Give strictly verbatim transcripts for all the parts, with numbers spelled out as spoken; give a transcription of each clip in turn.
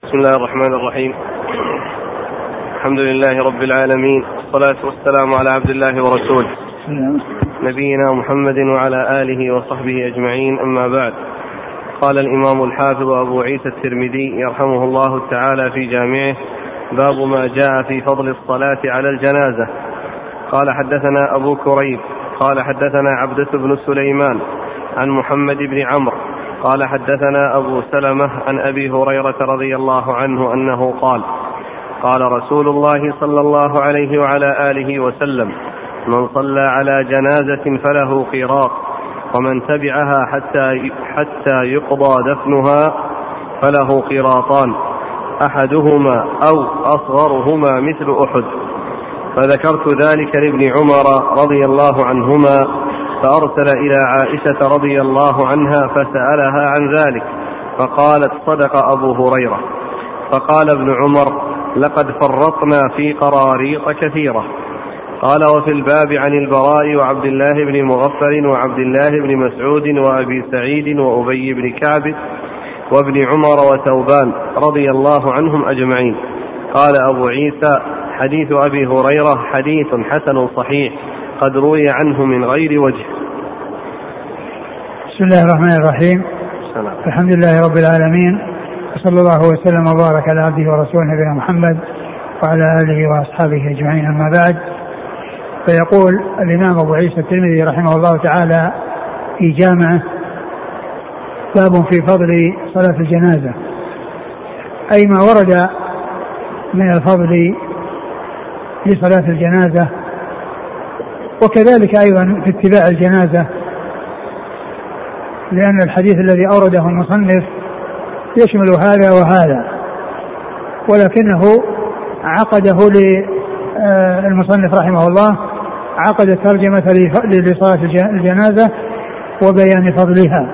بسم الله الرحمن الرحيم. الحمد لله رب العالمين، والصلاة والسلام على عبد الله ورسوله نبينا محمد وعلى آله وصحبه أجمعين، أما بعد. قال الإمام الحافظ أبو عيسى الترمذي يرحمه الله تعالى في جامعه: باب ما جاء في فضل الصلاة على الجنازة. قال حدثنا أبو كريب قال حدثنا عبدة بن سليمان عن محمد بن عمرو قال حدثنا أبو سلمة عن أبي هريرة رضي الله عنه أنه قال: قال رسول الله صلى الله عليه وعلى آله وسلم: من صلى على جنازة فله قيراط، ومن تبعها حتى حتى يقضى دفنها فله قيراطان، أحدهما أو أصغرهما مثل أحد. فذكرت ذلك لابن عمر رضي الله عنهما، فأرسل إلى عائشة رضي الله عنها فسألها عن ذلك، فقالت: صدق أبو هريرة. فقال ابن عمر: لقد فرطنا في قراريط كثيرة. قال: وفي الباب عن البراء وعبد الله بن مغفل وعبد الله بن مسعود وأبي سعيد وأبي بن كعب وابن عمر وثوبان رضي الله عنهم أجمعين. قال أبو عيسى: حديث أبي هريرة حديث حسن صحيح قد روي عنه من غير وجه. بسم الله الرحمن الرحيم. سلام. الحمد لله رب العالمين، وصلى الله وسلم وبارك على عبده ورسوله نبينا محمد وعلى آله وأصحابه أجمعين، أما بعد. فيقول الإمام أبو عيسى الترمذي رحمه الله تعالى في جامعه: باب في فضل صلاة الجنازة، أي ما ورد من الفضل لصلاة الجنازة، وكذلك أيضا في اتباع الجنازة، لأن الحديث الذي أورده المصنف يشمل هذا وهذا، ولكنه عقده للمصنف رحمه الله عقد الترجمة لصلاة الجنازة وبيان فضلها.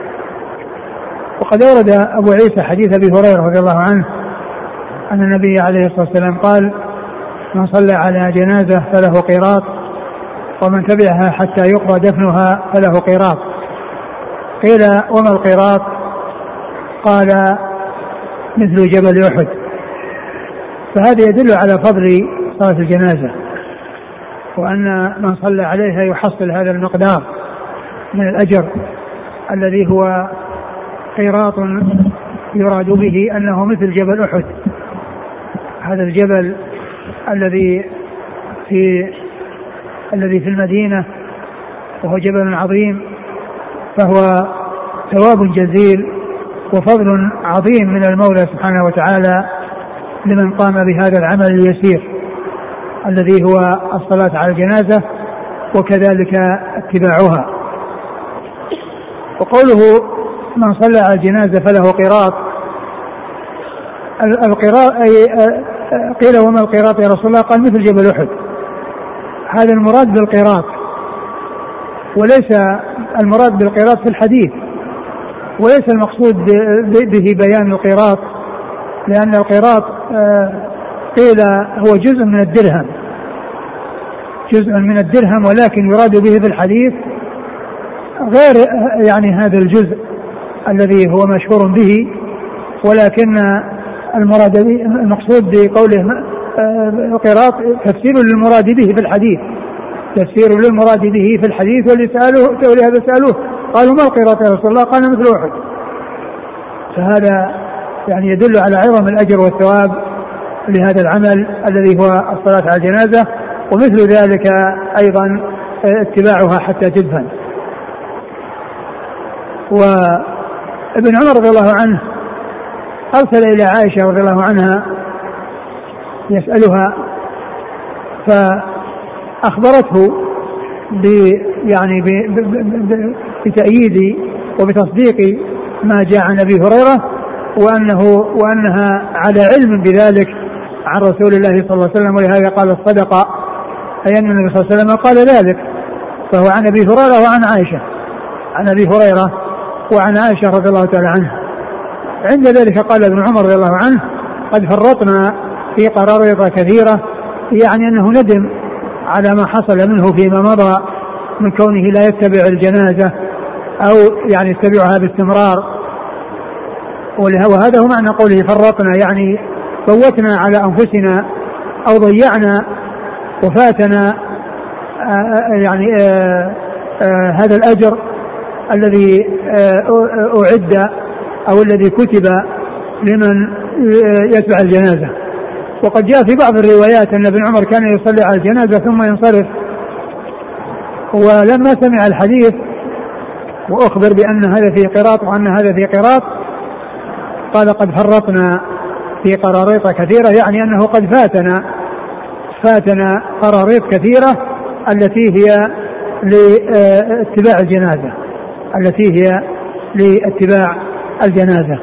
وقد أورد أبو عيسى حديث أبي هريرة رضي الله عنه أن النبي عليه الصلاة والسلام قال: من صلى على جنازة فله قيراط، ومن تبعها حتى يقضى دفنها فله قيراط. قيل: وما القيراط؟ قال: مثل جبل أحد. فهذا يدل على فضل صلاة الجنازة، وأن من صلى عليها يحصل هذا المقدار من الأجر الذي هو قيراط، يراد به أنه مثل جبل أحد، هذا الجبل الذي في الذي في المدينة، وهو جبل عظيم، فهو ثواب جزيل وفضل عظيم من المولى سبحانه وتعالى لمن قام بهذا العمل اليسير الذي هو الصلاة على الجنازة وكذلك اتباعها. وقوله من صلى على الجنازة فله قيراط، القيراط أي قيل: وما القيراط يا رسول الله؟ قال: مثل جبل أحد. هذا المراد بالقيراط، وليس المراد بالقيراط في الحديث، وليس المقصود به بيان القيراط، لأن القيراط قيل هو جزء من الدرهم، جزء من الدرهم، ولكن يراد به في الحديث غير يعني هذا الجزء الذي هو مشهور به، ولكن المراد به المقصود بقوله القيراط تفسير للمراد به في الحديث، تفسير للمراد به في الحديث. واللي سألوه ولهذا سألوه قالوا: ما القيراط يا رسول الله؟ قال: مثل أحد. فهذا يعني يدل على عظم الأجر والثواب لهذا العمل الذي هو الصلاة على الجنازة، ومثل ذلك أيضا اتباعها حتى تدفن. وابن عمر رضي الله عنه أرسل إلى عائشة رضي الله عنها يسألها، فأخبرته ب يعني بتأييد وبتصديق ما جاء عن أبي هريرة، وأنه وأنها على علم بذلك عن رسول الله صلى الله عليه وسلم، ولهذا قال: الصدق، أي أن النبي صلى الله عليه وسلم قال ذلك. فهو عن أبي هريرة وعن عائشة، عن أبي هريرة وعن عائشة رضي الله تعالى عنها. عند ذلك قال ابن عمر رضي الله عنه: قد فرطنا في قراريط كثيرة، يعني أنه ندم على ما حصل منه فيما مضى من كونه لا يتبع الجنازة أو يعني يتبعها باستمرار، وهذا هو معنى قوله فرطنا، يعني فوتنا على أنفسنا أو ضيعنا وفاتنا يعني آآ آآ هذا الأجر الذي أعد أو الذي كتب لمن يتبع الجنازة. وقد جاء في بعض الروايات أن ابن عمر كان يصلي على الجنازة ثم ينصرف، ولما سمع الحديث وأخبر بأن هذا فيه قراط وأن هذا فيه قراط قال قد فرطنا في قراريط كثيرة، يعني أنه قد فاتنا فاتنا قراريط كثيرة التي هي لاتباع الجنازة التي هي لاتباع الجنازة.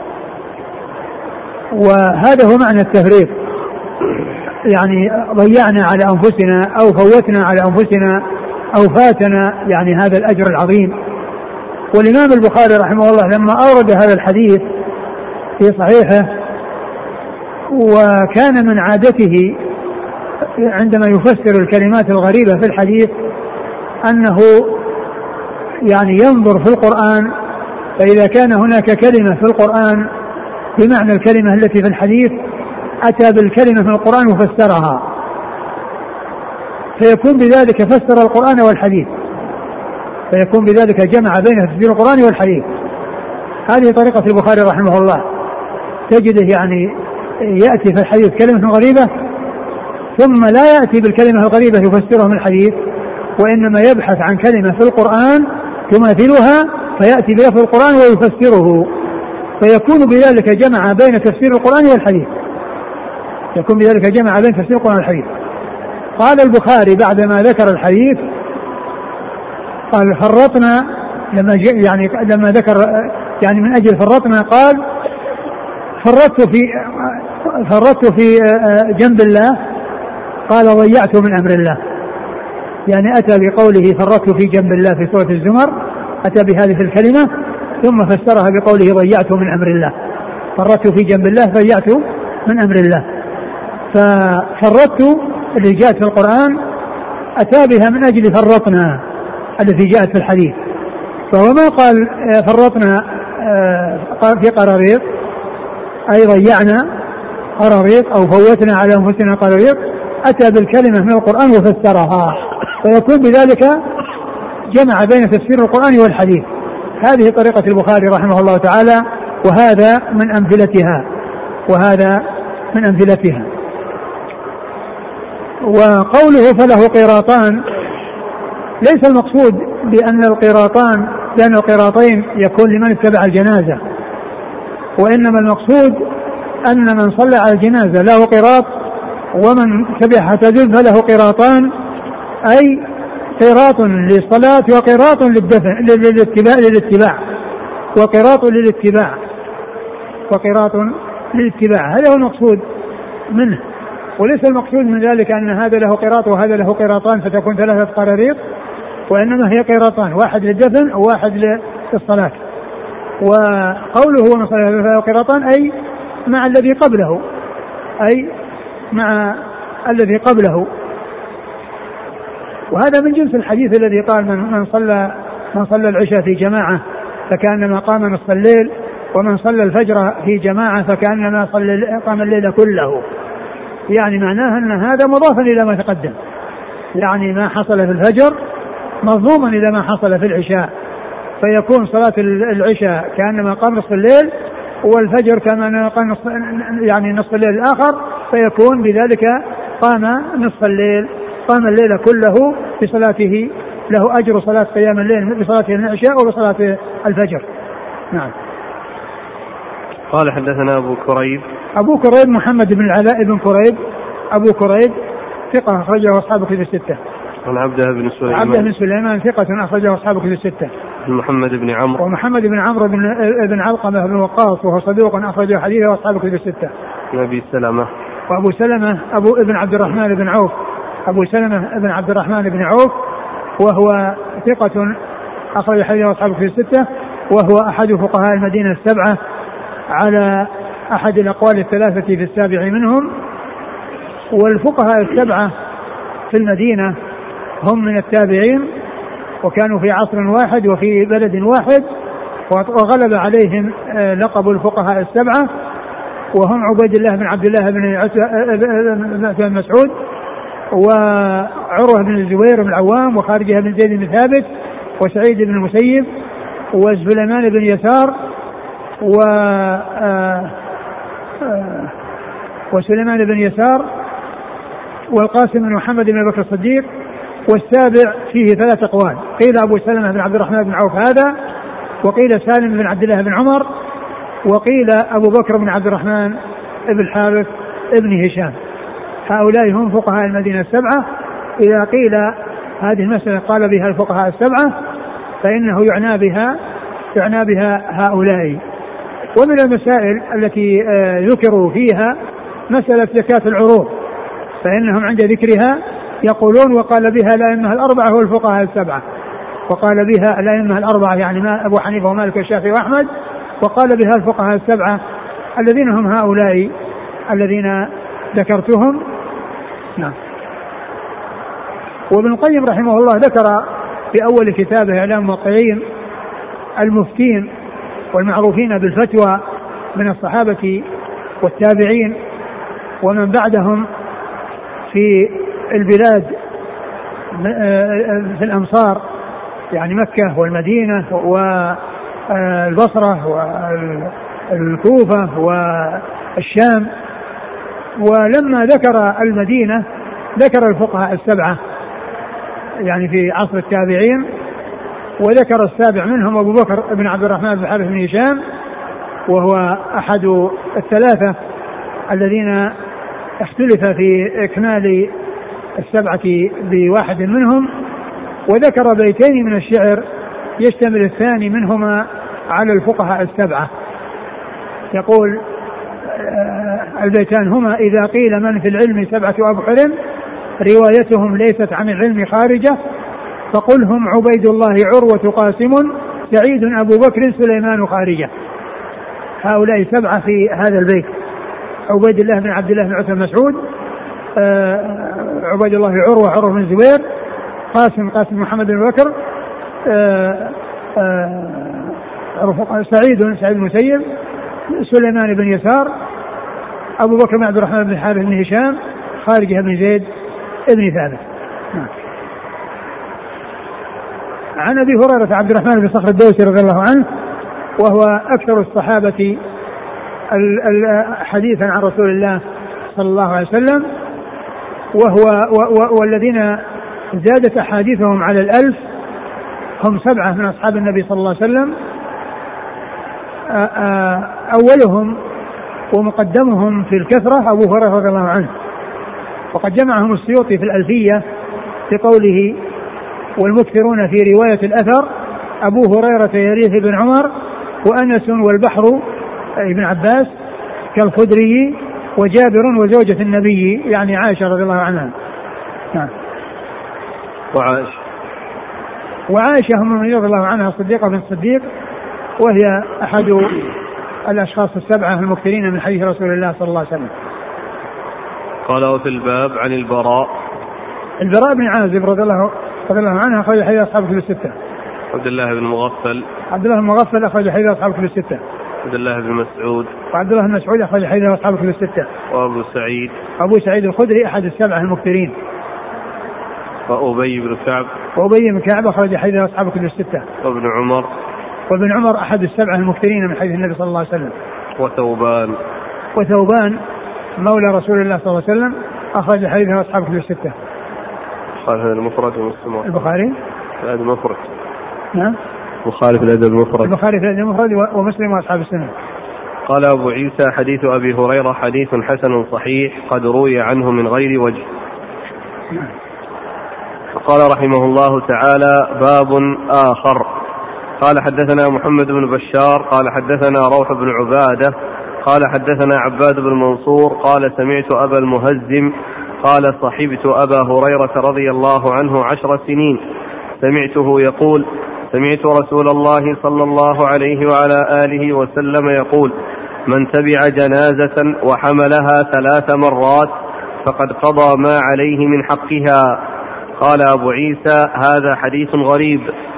وهذا هو معنى التفريط، يعني ضيعنا على أنفسنا أو فوتنا على أنفسنا أو فاتنا يعني هذا الأجر العظيم. والإمام البخاري رحمه الله لما أورد هذا الحديث في صحيحه، وكان من عادته عندما يفسر الكلمات الغريبة في الحديث أنه يعني ينظر في القرآن، فإذا كان هناك كلمة في القرآن بمعنى الكلمة التي في الحديث أتى بالكلمة في القرآن وفسرها، فيكون بذلك فسر القرآن والحديث، فيكون بذلك جمع بين تفسير القرآن والحديث. هذه طريقة البخاري رحمه الله، تجده يعني يأتي في الحديث كلمة غريبة ثم لا يأتي بالكلمة الغريبة يفسرها من الحديث، وإنما يبحث عن كلمة في القرآن تماثلها فيأتي بلفظ القرآن ويفسره، فيكون بذلك جمع بين تفسير القرآن والحديث يكون بذلك جمع بين تفسير القرآن والحديث. قال البخاري بعدما ذكر الحديث قال فرطنا، لما يعني لما ذكر يعني من أجل فرطنا قال فرطت في فرطت في جنب الله، قال ضيعت من أمر الله، يعني أتى بقوله فرطت في جنب الله في سورة الزمر، أتى بهذه الكلمة ثم فسرها بقوله ضيعت من أمر الله، فرطت في جنب الله ضيعت من أمر الله. ففرطت اللي جاءت في القرآن أتى بها من أجل فرطنا التي جاءت في الحديث، فهو ما قال فرطنا في قراريط أي ضيعنا قراريط أو فوتنا على أنفسنا قراريط، أتى بالكلمة من القرآن وفسرها، فيكون بذلك جمع بين تفسير القرآن والحديث. هذه طريقة البخاري رحمه الله تعالى، وهذا من أمثلتها وهذا من أمثلتها. وقوله فله قيراطان ليس المقصود بأن القيراطان بأن القيراطين يكون لمن اتبع الجنازة، وإنما المقصود أن من صلى على الجنازة له قيراط، ومن تبعها تدل فله قيراطان، أي قيراط للصلاة وقيراط للدفع للاتباع للاتباع وقيراط للاتباع وقيراط للاتباع هذا هو المقصود منه. وليس المقصود من ذلك أن هذا له قيراط وهذا له قيراطان فتكون ثلاثة قراريط، وإنما هي قيراطان، واحد للدفن وواحد للصلاة. وقوله ومن صلى له قيراطان أي مع الذي قبله أي مع الذي قبله. وهذا من جنس الحديث الذي قال من, من صلى من صلى العشاء في جماعة فكأنما قام نصف الليل، ومن صلى الفجر في جماعة فكأنما صلى قام الليل كله. يعني معناه أن هذا مضافا إلى ما تقدم، يعني ما حصل في الفجر مضموما إلى ما حصل في العشاء، فيكون صلاة العشاء كأنما قام نصف الليل، والفجر كما قام نصف يعني نصف الليل الآخر، فيكون بذلك قام نصف الليل قام الليل كله بصلاته، له أجر صلاة قيام الليل بصلاة العشاء وبصلاة الفجر. نعم. قال حدثنا أبو كريب أبو كريب محمد بن العلاء بن كريب أبو كريب ثقة أخرجه أصحاب كتب الستة. عن عبده بن سليمان عبده بن سليمان ثقة أخرجه أصحاب كتب الستة. محمد بن عمرو ومحمد بن عمرو بن بن علقمة بن وقاص وهو صدوق أخرجه حديثه أصحاب كتب الستة. أبي سلمة وأبو سلمة أبو ابن عبد الرحمن بن عوف أبو سلمة ابن عبد الرحمن بن عوف وهو ثقة أخرج حديثه أصحاب كتب الستة، وهو أحد فقهاء المدينة السبعة على أحد الأقوال الثلاثة في السابع منهم. والفقهاء السبعة في المدينة هم من التابعين، وكانوا في عصر واحد وفي بلد واحد، وغلب عليهم لقب الفقهاء السبعة، وهم عبيد الله بن عبد الله بن مسعود، وعروة بن الزبير بن العوام، وخارجة بن زيد بن ثابت، وسعيد بن المسيب، وسليمان بن يسار، و وسليمان بن يسار، والقاسم بن محمد بن بكر الصديق. والسابع فيه ثلاث أقوال، قيل أبو سلمة بن عبد الرحمن بن عوف هذا، وقيل سالم بن عبد الله بن عمر، وقيل أبو بكر بن عبد الرحمن بن الحارث بن هشام. هؤلاء هم فقهاء المدينة السبعة. إذا قيل هذه المسألة قال بها الفقهاء السبعة فإنه يعنى بها يعنى بها هؤلاء. ومن المسائل التي ذكروا فيها مسألة زكاة العروض، فإنهم عند ذكرها يقولون وقال بها الأئمة الأربعة والفقهاء السبعة، وقال بها الأئمة الأربعة يعني ما أبو حنيفة ومالك والشافعي وأحمد، وقال بها الفقهاء السبعة الذين هم هؤلاء الذين ذكرتهم. نعم. وابن القيم رحمه الله ذكر في أول كتابه إعلام الموقعين المفتين والمعروفين بالفتوى من الصحابة والتابعين ومن بعدهم في البلاد في الأمصار، يعني مكة والمدينة والبصرة والكوفة والشام. ولما ذكر المدينة ذكر الفقهاء السبعة يعني في عصر التابعين، وذكر السابع منهم أبو بكر بن عبد الرحمن بن الحارث بن هشام، وهو أحد الثلاثة الذين اختلف في إكمال السبعة بواحد منهم. وذكر بيتين من الشعر يشتمل الثاني منهما على الفقهاء السبعة. يقول البيتان هما: إذا قيل من في العلم سبعة أبحر روايتهم ليست عن العلم خارجة، فقل هم عبيد الله عروة قاسم سعيد أبو بكر سليمان خارجة. هؤلاء سبعة في هذا البيت: عبيد الله بن عبد الله بن عثمان مسعود، عبيد الله عروة عروة بن الزبير، قاسم قاسم محمد بن بكر، سعيد سعيد بن المسيب، سليمان بن يسار، أبو بكر بن عبد الرحمن بن الحارث بن هشام، خارجة بن زيد ابن ثابت. عن أبي هريرة عبد الرحمن بن صخر الدوسي رضي الله عنه، وهو أكثر الصحابة حديثا عن رسول الله صلى الله عليه وسلم، وهو والذين زادت أحاديثهم على الألف هم سبعة من أصحاب النبي صلى الله عليه وسلم. أولهم ومقدمهم في الكثرة أبو هريرة رضي الله عنه، وقد جمعهم السيوطي في الألفية في قوله: والمكثرون في رواية الأثر أبو هريرة يليه بن عمر وأنس والبحر ابن عباس كالخدري وجابر وزوجة النبي يعني عائشة رضي الله عنها. نعم. وعائشة وعائشة هم رضي الله عنها الصديقة بن الصديق، وهي أحد الأشخاص السبعة المكثرين من حديث رسول الله صلى الله عليه وسلم. قال في الباب عن البراء البراء بن عازب رضي الله رضي الله عنه أخرج حديث أصحاب كتب الستة. عبد الله بن مغفل عبد الله بن مغفل أخرج حديث أصحاب كتب الستة. عبد الله بن مسعود وعبد الله بن مسعود أخرج حديث أصحاب كتب الستة. وأبو سعيد أبو سعيد الخدري أحد السبعة المكثرين. وأبي بن كعب وأبي بن كعب أخرج حديث أصحاب كتب الستة. وابن عمر وابن عمر أحد السبعة المكثرين من حديث النبي صلى الله عليه وسلم. وثوبان وثوبان مولى رسول الله صلى الله عليه وسلم أخرج حديث أصحاب كتب الستة. قال هذا المفرد ومسلم. البخاري هذا المفرد. نعم. البخاري في الأدب المفرد. البخاري في الأدب المفرد ومسلم وأصحاب السنة. قال أبو عيسى: حديث أبي هريرة حديث حسن صحيح قد روي عنه من غير وجه. نعم. قال رحمه الله تعالى: باب آخر. قال: حدثنا محمد بن بشار قال حدثنا روح بن عبادة قال حدثنا عباد بن منصور قال سمعت أبا المهزم قال: صحبت أبا هريرة رضي الله عنه عشر سنين، سمعته يقول: سمعت رسول الله صلى الله عليه وعلى آله وسلم يقول: من تبع جنازة وحملها ثلاث مرات فقد قضى ما عليه من حقها. قال أبو عيسى: هذا حديث غريب.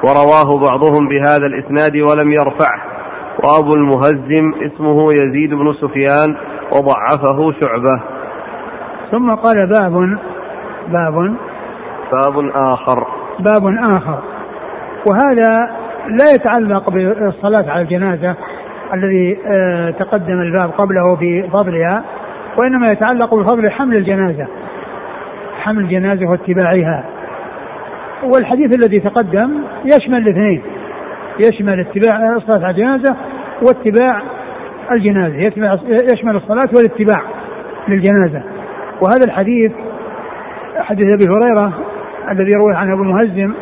ورواه بعضهم بهذا الإسناد ولم يرفعه. وأبو المهزم اسمه يزيد بن سفيان وضعفه شعبة. ثم قال باب باب باب آخر باب آخر وهذا لا يتعلق بالصلاة على الجنازة الذي تقدم الباب قبله بفضلها، وإنما يتعلق بفضل حمل الجنازة حمل الجنازة واتباعها. والحديث الذي تقدم يشمل الاثنين، يشمل اتباع الصلاة على الجنازة واتباع الجنازة، يشمل الصلاة والاتباع للجنازة. وهذا الحديث حديث أبي هريرة الذي رواه عن أبو المهزم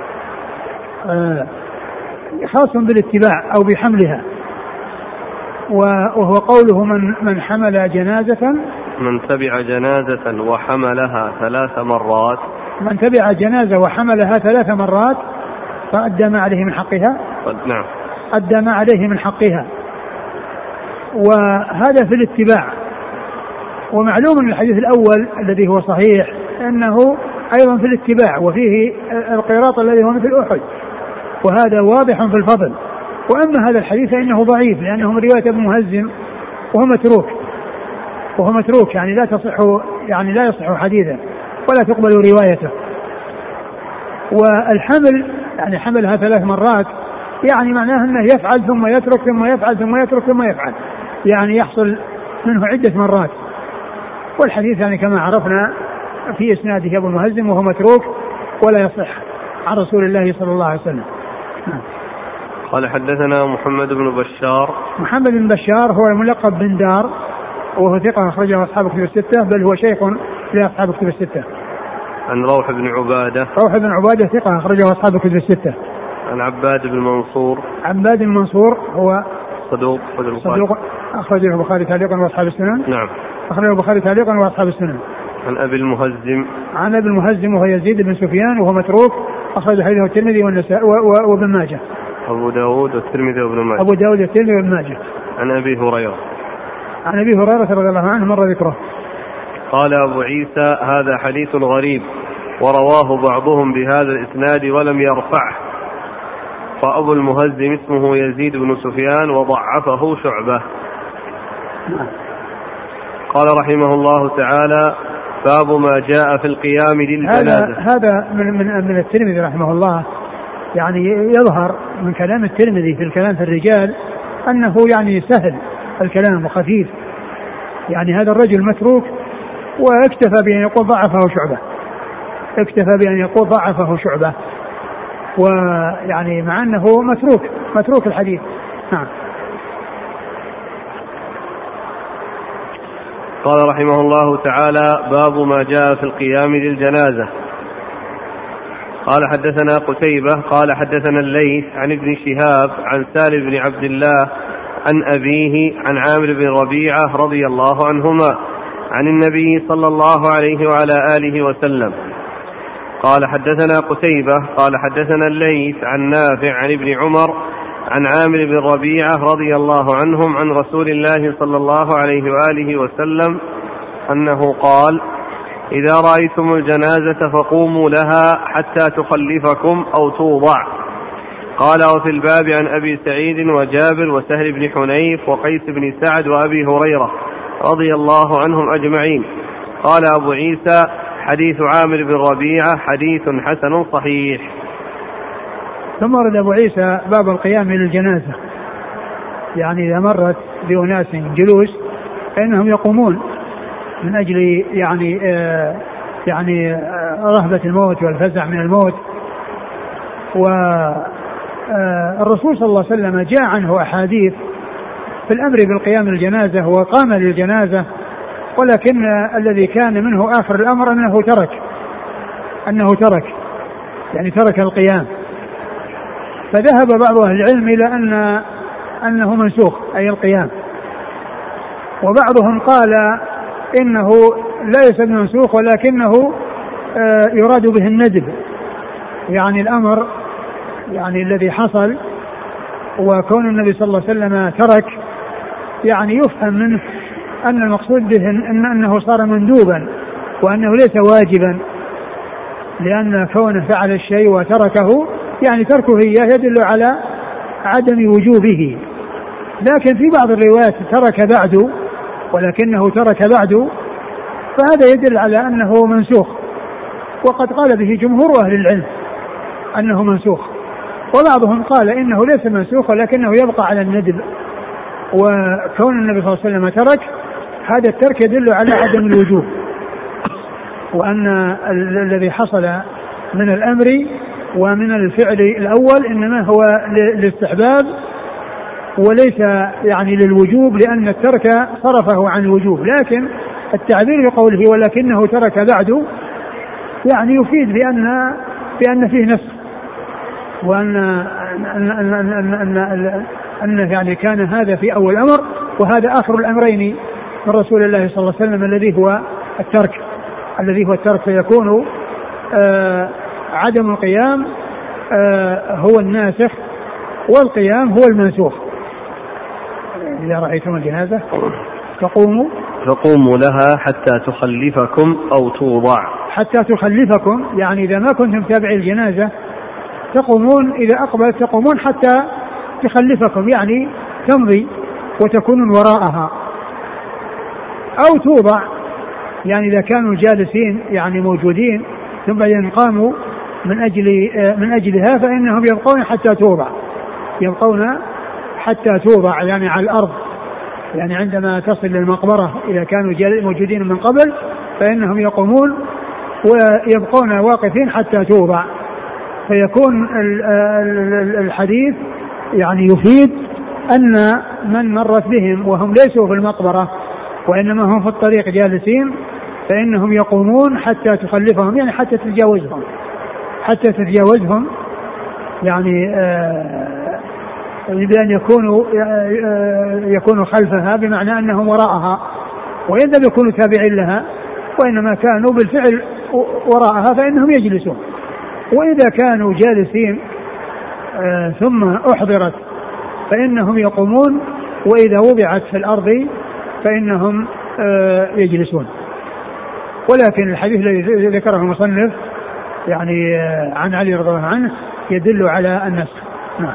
خاص بالاتباع أو بحملها، وهو قوله من من حمل جنازة من تبع جنازة وحملها ثلاث مرات من تبع جنازة وحملها ثلاث مرات فأدى ما عليه من حقها. نعم أدى ما عليه من حقها. وهذا في الاتباع. ومعلوم من الحديث الأول الذي هو صحيح أنه أيضا في الاتباع وفيه القيراط الذي هو مثل أحد، وهذا واضح في الفضل. وأما هذا الحديث فإنه ضعيف لأنه من رواية ابن مهزم وهو متروك وهو متروك يعني لا تصح يعني لا يصح حديثا ولا تقبل روايته. والحمل يعني حملها ثلاث مرات يعني معناه أنه يفعل ثم يترك ثم يفعل ثم يترك ثم يفعل، يعني يحصل منه عدة مرات. والحديث يعني كما عرفنا في إسناده أبو المهزم وهو متروك ولا يصح عن رسول الله صلى الله عليه وسلم. قال حدثنا محمد بن بشار. محمد بن بشار هو الملقب بن دار وهو ثقة أخرجه أصحاب كتب الستة، بل هو شيخ لأصحاب كتب الستة. عن روح بن عبادة. روح بن عبادة ثقة أخرجه أصحاب كتب الستة. عن عباد بن منصور. عباد بن منصور هو صدوق صدوق أخرجه البخاري تعليقا وأصحاب السنن. نعم أخرجه البخاري تعليقا وأصحاب السنن. عن أبي المهزم. عن أبي المهزم وهو يزيد بن سفيان وهو متروك أخرج حديثه الترمذي والنسائي وابن ماجه. أبو داود والترمذي وابن ماجه. أبو داود والترمذي وابن ماجه. عن أبي هريرة. عن أبي هريرة رضي الله عنه مر ذكره. قال أبو عيسى هذا حديث غريب ورواه بعضهم بهذا الإسناد ولم يرفعه. فأبو المهزم اسمه يزيد بن سفيان وضعفه شعبة. قال رحمه الله تعالى باب ما جاء في القيام للجنازة. هذا هذا من من من الترمذي رحمه الله، يعني يظهر من كلام الترمذي في الكلام في الرجال أنه يعني سهل الكلام وخفيف، يعني هذا الرجل متروك واكتفى بأن يقول ضعفه شعبة اكتفى بأن يقول ضعفه شعبة ويعني مع أنه متروك متروك الحديث. نعم. قال رحمه الله تعالى باب ما جاء في القيام للجنازة. قال حدثنا قتيبة قال حدثنا الليث عن ابن شهاب عن سالم بن عبد الله عن أبيه عن عامر بن ربيعة رضي الله عنهما عن النبي صلى الله عليه وعلى آله وسلم قال حدثنا قتيبة قال حدثنا الليث عن نافع عن ابن عمر عن عامر بن ربيعة رضي الله عنهم عن رسول الله صلى الله عليه وآله وسلم أنه قال إذا رأيتم الجنازة فقوموا لها حتى تخلفكم أو توضع. قال وفي الباب عن أبي سعيد وجابر وسهل بن حنيف وقيس بن سعد وأبي هريرة رضي الله عنهم أجمعين. قال أبو عيسى حديث عامر بن ربيعة حديث حسن صحيح. ثم ورد أبو عيسى باب القيام للجنازة، يعني إذا مرت بأناس جلوس فإنهم يقومون من أجل يعني آه يعني آه رهبة الموت والفزع من الموت. والرسول صلى الله عليه وسلم جاء عنه أحاديث في الأمر بالقيام للجنازة وقام للجنازة، ولكن الذي كان منه آخر الأمر أنه ترك أنه ترك يعني ترك القيام. فذهب بعض أهل العلم إلى أن أنه منسوخ أي القيام، وبعضهم قال إنه ليس منسوخ ولكنه يراد به الندب، يعني الأمر يعني الذي حصل وكون النبي صلى الله عليه وسلم ترك يعني يفهم منه أن المقصود به إن أنه صار مندوبا وأنه ليس واجبا، لأن كونه فعل الشيء وتركه يعني تركه إياه يدل على عدم وجوبه. لكن في بعض الروايات ترك بعد ولكنه ترك بعد، فهذا يدل على أنه منسوخ، وقد قال به جمهور أهل العلم أنه منسوخ، وبعضهم قال إنه ليس منسوخ ولكنه يبقى على الندب. وكون النبي صلى الله عليه وسلم ترك، هذا الترك يدل على عدم الوجوب، وأن الذي حصل من الأمر ومن الفعل الأول إنما هو للاستحباب وليس يعني للوجوب، لأن الترك صرفه عن الوجوب. لكن التعبير بقوله ولكنه ترك بعد يعني يفيد بأن بأن فيه نسخ، وأن أن أن أن أن, أن, أن يعني كان هذا في أول الأمر وهذا آخر الأمرين من رسول الله صلى الله عليه وسلم الذي هو الترك الذي هو الترك فيكون آه عدم القيام آه هو الناسخ والقيام هو المنسوخ. إذا رأيتم الجنازة فقوموا فقوموا لها حتى تخلفكم أو توضع. حتى تخلفكم يعني إذا ما كنتم تابعي الجنازة تقومون، إذا أقبلت تقومون حتى تخلفكم يعني تمضي وتكونون وراءها، أو توضع يعني إذا كانوا جالسين يعني موجودين ثم بعدين قاموا من أجل من أجلها فإنهم يبقون حتى توضع، يبقون حتى توضع يعني على الأرض، يعني عندما تصل للمقبرة إذا كانوا موجودين من قبل فإنهم يقومون ويبقون واقفين حتى توضع. فيكون الحديث يعني يفيد أن من مرت بهم وهم ليسوا في المقبرة وإنما هم في الطريق جالسين فإنهم يقومون حتى تخلفهم، يعني حتى تتجاوزهم حتى تتجاوزهم يعني آه بأن يكونوا آه يكونوا خلفها، بمعنى أنهم وراءها، وإن لم يكونوا تابعين لها وإنما كانوا بالفعل وراءها فإنهم يجلسون. وإذا كانوا جالسين آه ثم أحضرت فإنهم يقومون، وإذا وضعت في الأرض فإنهم آه يجلسون. ولكن الحديث الذي ذكره المصنف يعني آه عن علي رضي الله عنه يدل على النسخ. نعم.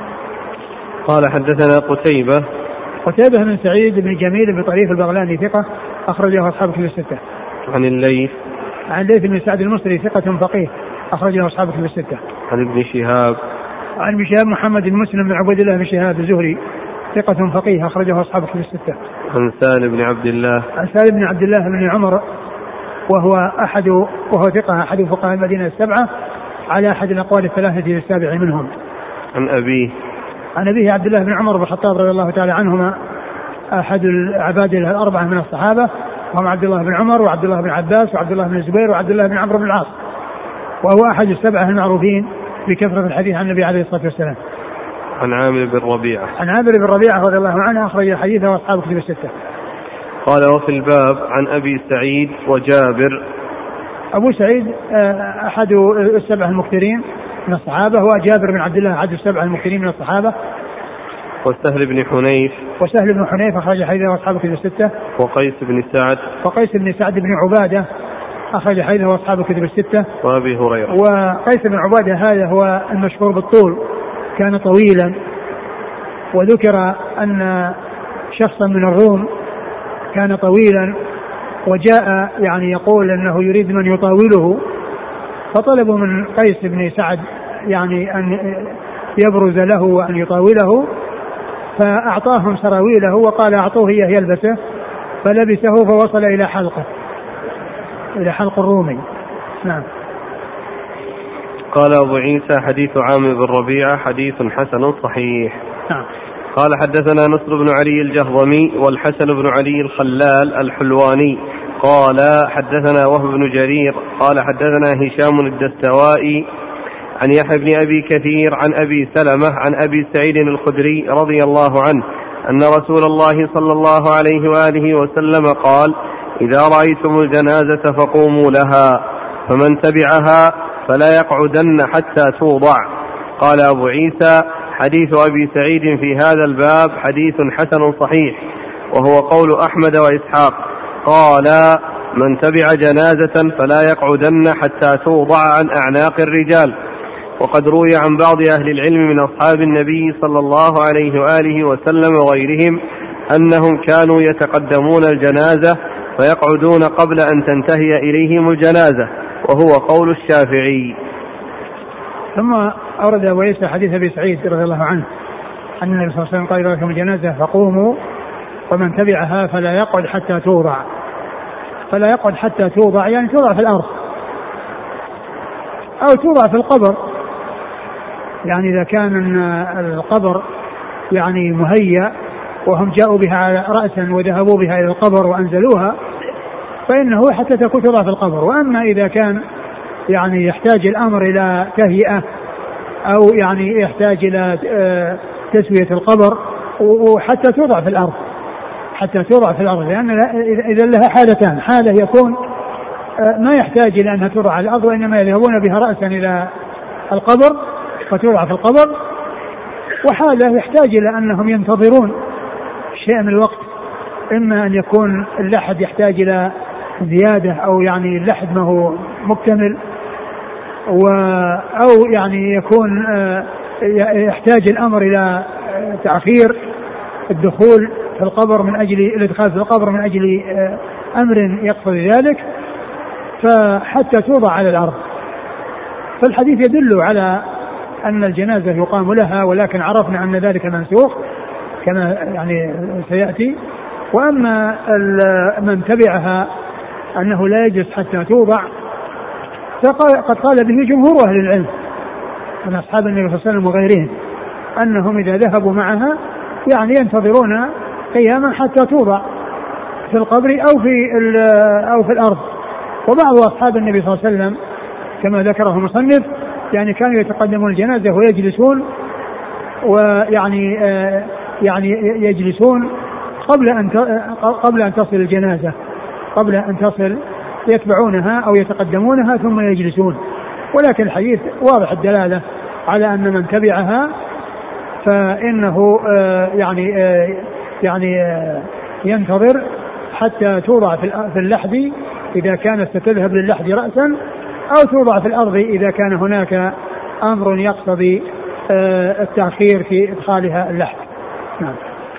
قال حدثنا قتيبة قتيبة بن سعيد بن جميل بن طريف البغلاني ثقة أخرجه أصحاب كتب الستة. عن الليث عن الليث بن سعد المصري ثقة فقيه أخرجه أصحاب كتب الستة. عن ابن شهاب عن ابن شهاب محمد بن مسلم بن عبد الله بن شهاب الزهري ثقة فقيه أخرجه أصحاب كتب الستة. عن سالم بن عبد الله عن سالم بن عبد الله بن عمر وهو أحد وهو ثقة أحد فقهاء المدينة السبعة على أحد الأقوال الثلاثة السابع منهم. عن أبيه عن أبيه عبد الله بن عمر بن الخطاب رضي الله تعالى عنهما أحد العباد الأربعة من الصحابة، وهم عبد الله بن عمر وعبد الله بن عباس وعبد الله بن الزبير وعبد الله بن عمرو بن العاص، وهو أحد السبعة المعروفين بكثرة الحديث عن النبي عليه الصلاة والسلام. عن عامر بن ربيعة عن عامر بن ربيعة رضي الله عنه أخرج حديثه وأصحاب كتب الستة. قال وفي الباب عن أبي سعيد وجابر. أبو سعيد أحد السبعة المكثرين من الصحابة، هو جابر بن عبد الله أحد السبعة المكثرين من الصحابة. وسهل بن حنيف وسهل بن حنيف أخرج حديثه وأصحاب كتب الستة. وقيس بن سعد وقيس بن سعد بن عبادة أخرج حديثه وأصحاب كتب الستة. وأبي هريرة. وقيس بن عبادة هذا هو المشهور بالطول، كان طويلا، وذكر أن شخصا من الروم كان طويلا وجاء يعني يقول أنه يريد من يطاوله، فطلبوا من قيس بن سعد يعني أن يبرز له وأن يطاوله، فأعطاهم سراويله وقال أعطوه إياه يلبسه، فلبسه فوصل إلى حلقه إلى حلق الرومي. نعم. قال أبو عيسى حديث عامر بن ربيعة حديث حسن صحيح. نعم. قال حدثنا نصر بن علي الجهضمي والحسن بن علي الخلال الحلواني قال حدثنا وهب بن جرير قال حدثنا هشام الدستوائي عن يحيى بن أبي كثير عن أبي سلمة عن أبي سعيد الخدري رضي الله عنه أن رسول الله صلى الله عليه وآله وسلم قال إذا رأيتم الجنازة فقوموا لها فمن تبعها فلا يقعدن حتى توضع. قال أبو عيسى حديث أبي سعيد في هذا الباب حديث حسن صحيح، وهو قول أحمد وإسحاق. قال من تبع جنازة فلا يقعدن حتى توضع عن أعناق الرجال. وقد روي عن بعض أهل العلم من أصحاب النبي صلى الله عليه وآله وسلم وغيرهم أنهم كانوا يتقدمون الجنازة فيقعدون قبل أن تنتهي إليهم الجنازة، وهو قول الشافعي. ثم أورد أبو عيسى حديث أبي سعيد رضي الله عنه أن النبي صلى الله عليه وسلم قال: إذا رأيتم الجنازة فقوموا ومن تبعها فلا يقعد حتى توضع. فلا يقعد حتى توضع يعني توضع في الأرض أو توضع في القبر، يعني إذا كان القبر يعني مهيأ وهم جاءوا بها رأسا وذهبوا بها إلى القبر وأنزلوها فإنه حتى تكون توضع في القبر. وأما إذا كان يعني يحتاج الأمر إلى تهيئة أو يعني يحتاج إلى تسوية القبر وحتى توضع في الأرض حتى توضع في الأرض لأن إذا لها حالتان: حالة يكون ما يحتاج إلى أنها توضع على الأرض وإنما يذهبون بها رأسا إلى القبر فتوضع في القبر، وحالة يحتاج إلى أنهم ينتظرون شيء من الوقت، إما أن يكون اللحد يحتاج إلى زيادة أو يعني اللحد ما هو مكتمل، أو يعني يكون يحتاج الأمر إلى تأخير الدخول في القبر من أجل الإدخال في القبر من أجل أمر يقتضي ذلك، فحتى توضع على الأرض. فالحديث يدل على أن الجنازة يقام لها، ولكن عرفنا أن ذلك منسوخ كما يعني سيأتي. وأما من تبعها أنه لا يجلس حتى توضع فقد قال به جمهور أهل العلم من أصحاب النبي صلى الله عليه وسلم وغيرهم أنهم إذا ذهبوا معها يعني ينتظرون قياما حتى توضع في القبر أو في أو في الأرض. وبعض أصحاب النبي صلى الله عليه وسلم كما ذكره المصنف يعني كانوا يتقدمون الجنازة ويجلسون ويعني آه يعني يجلسون قبل أن قبل أن تصل الجنازة قبل أن تصل يتبعونها أو يتقدمونها ثم يجلسون. ولكن الحديث واضح الدلالة على أن من تبعها فإنه آه يعني آه يعني آه ينتظر حتى توضع في اللحد إذا كانت ستذهب للحد رأسا أو توضع في الأرض إذا كان هناك أمر يقتضي التأخير في إدخالها اللحد. نعم.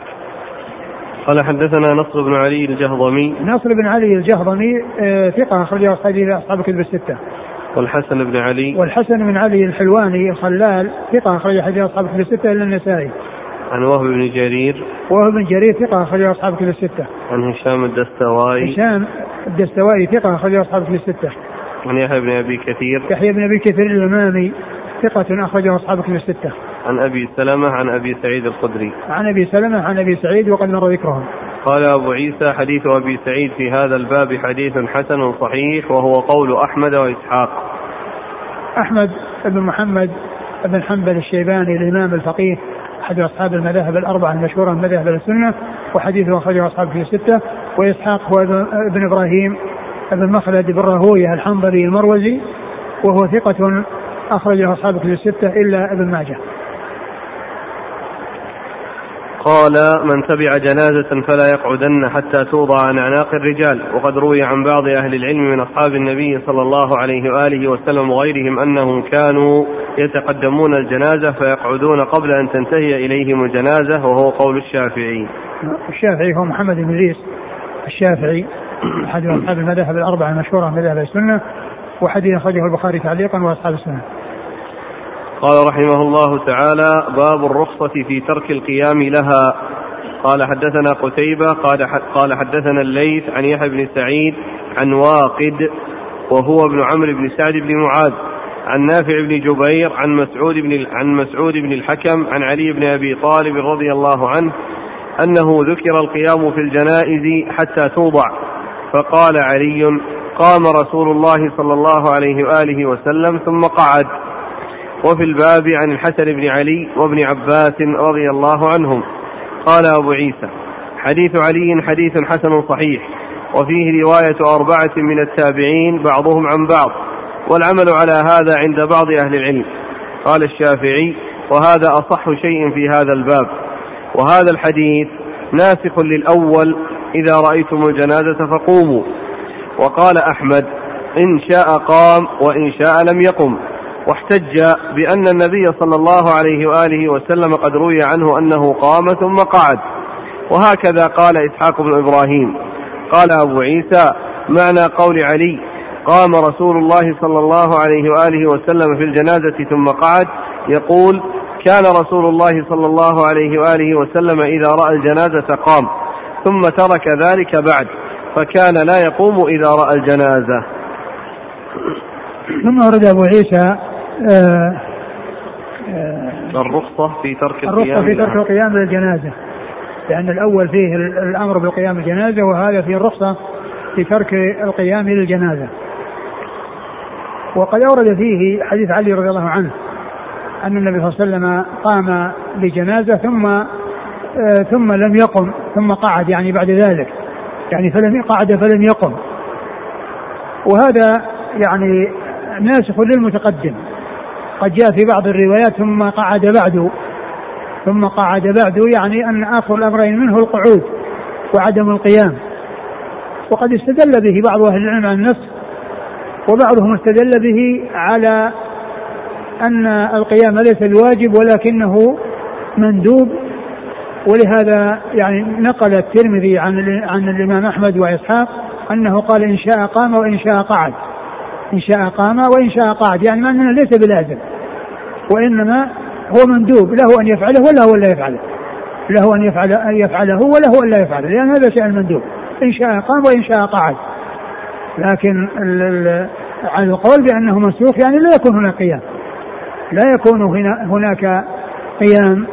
قال: حدثنا نصر بن علي الجهضمي. نصر بن علي الجهضمي ثقة أخرجه أصحاب الكتب الستة. والحسن بن علي. والحسن بن علي الحلواني الخلال ثقة أخرجه حديث أصحاب الكتب الستة إلا النسائي. عن وهب بن جرير. وهب بن جرير ثقة أخرجه أصحاب الكتب الستة. عن هشام الدستوائي. هشام الدستوائي ثقة أخرجه أصحاب الكتب الستة. عن يحيى بن أبي كثير. يحيى بن أبي كثير الإمامي ثقة أخرجه أصحاب الكتب الستة. عن أبي سلمة عن أبي سعيد الخدري. عن أبي سلمة عن أبي سعيد وقد مر ذكرهم. قال أبو عيسى: حديث أبي سعيد في هذا الباب حديث حسن صحيح، وهو قول أحمد وإسحاق. أحمد بن محمد بن حنبل الشيباني الإمام الفقيه أحد أصحاب المذاهب الأربعة المشهورة من مذاهب السنة وحديثه أخرجه أصحاب الكتب الستة. وإسحاق هو ابن إبراهيم ابن مخلد بن راهويه الحنظلي المروزي وهو ثقة أخرجه أصحاب الكتب الستة إلا ابن ماجه. قال: من تبع جنازة فلا يقعدن حتى توضع عن أعناق الرجال. وقد روي عن بعض أهل العلم من أصحاب النبي صلى الله عليه وآله وسلم وغيرهم أنهم كانوا يتقدمون الجنازة فيقعدون قبل أن تنتهي إليهم الجنازة، وهو قول الشافعي. الشافعي هو محمد بن إدريس الشافعي أحد أصحاب المذاهب الأربعة المشهورة من مذاهب السنة وحديث أخرجه البخاري تعليقا وأصحاب السنة. قال رحمه الله تعالى: باب الرخصة في ترك القيام لها. قال: حدثنا قتيبة قال حدثنا الليث عن يحيى بن سعيد عن واقد وهو ابن عمرو بن سعد بن معاذ عن نافع بن جبير عن مسعود بن عن مسعود بن الحكم عن علي بن أبي طالب رضي الله عنه أنه ذكر القيام في الجنائز حتى توضع، فقال علي: قام رسول الله صلى الله عليه وآله وسلم ثم قعد. وفي الباب عن الحسن بن علي وابن عباس رضي الله عنهم. قال أبو عيسى: حديث علي حديث حسن صحيح، وفيه رواية أربعة من التابعين بعضهم عن بعض، والعمل على هذا عند بعض أهل العلم. قال الشافعي: وهذا أصح شيء في هذا الباب، وهذا الحديث ناسخ للأول: إذا رأيتم الجنازة فقوموا. وقال أحمد: إن شاء قام وإن شاء لم يقم. واحتج بأن النبي صلى الله عليه وآله وسلم قد روي عنه أنه قام ثم قعد. وهكذا قال إسحاق بن إبراهيم. قال أبو عيسى: معنى قول علي قام رسول الله صلى الله عليه وآله وسلم في الجنازة ثم قعد، يقول: كان رسول الله صلى الله عليه وآله وسلم إذا رأى الجنازة قام، ثم ترك ذلك بعد، فكان لا يقوم إذا رأى الجنازة. ثم ورد أبو عيسى آه آه الرخصة في ترك الرخصة في ترك القيام للجنازة، لأن الأول فيه الأمر بالقيام للجنازة، وهذا فيه الرخصة في ترك القيام للجنازة. وقد أورد فيه حديث علي رضي الله عنه أن النبي صلى الله عليه وسلم قام لجنازة ثم آه ثم لم يقم ثم قعد، يعني بعد ذلك، يعني فلم قعد فلم يقم. وهذا يعني ناسخ للمتقدم. قد جاء في بعض الروايات ثم قعد بعده ثم قعد بعده يعني أن آخر الأمرين منه القعود وعدم القيام. وقد استدل به بعض أهل العلم عن النص، وبعضهم استدل به على أن القيام ليس بواجب ولكنه مندوب. ولهذا يعني نقل الترمذي عن عن الإمام أحمد وإسحاق أنه قال: إن شاء قام وإن شاء قعد، إن شاء قام وإن شاء قعد، يعني معناه ليس بلازم، وإنما هو مندوب، له أن يفعله ولا هو لا يفعله، له أن يفعل أن يفعله ولا هو لا يفعله، لأن هذا شيء مندوب. إن شاء قام وإن شاء قعد. لكن على القول بأنه منسوخ يعني لا يكون هناك قيام، لا يكون هنا هناك قيام.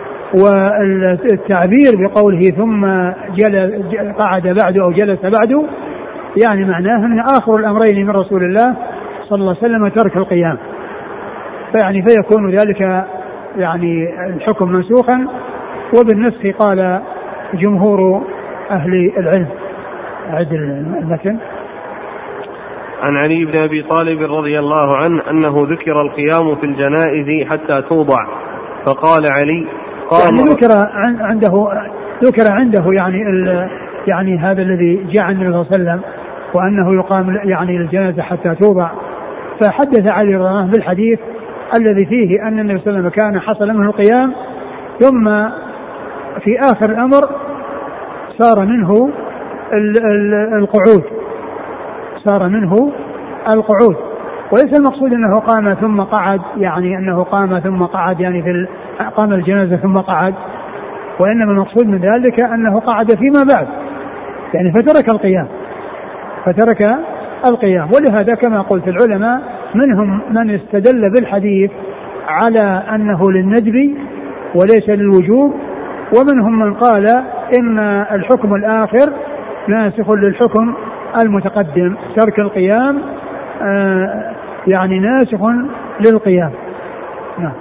والتعبير بقوله ثم جل قعد بعده أو جلس بعده يعني معناه أن آخر الأمرين من رسول الله صلى الله عليه وسلم ترك القيام، فيعني فيكون ذلك يعني الحكم منسوخا. وبالنسخ قال جمهور أهل العلم. أعد المثل. عن علي بن أبي طالب رضي الله عنه أنه ذكر القيام في الجنائز حتى توضع، فقال علي: يعني ذكر عنده ذكر عنده يعني يعني هذا الذي جاء عن النبي صلى الله عليه وسلم وأنه يقام يعني الجنازة حتى توضع، فحدث علي رضي الله عنه بالحديث الذي فيه أن النبي صلى الله عليه وسلم كان حصل منه القيام، ثم في آخر الأمر صار منه القعود صار منه القعود وليس المقصود أنه قام ثم قعد، يعني أنه قام ثم قعد يعني في قام الجنازة ثم قعد، وإنما المقصود من ذلك أنه قعد فيما بعد، يعني فترك القيام فترك القيام. ولهذا كما قلت العلماء منهم من استدل بالحديث على أنه للندب وليس للوجوب، ومنهم من قال إن الحكم الآخر ناسخ للحكم المتقدم، ترك القيام آه يعني ناسخ للقيام. نعم.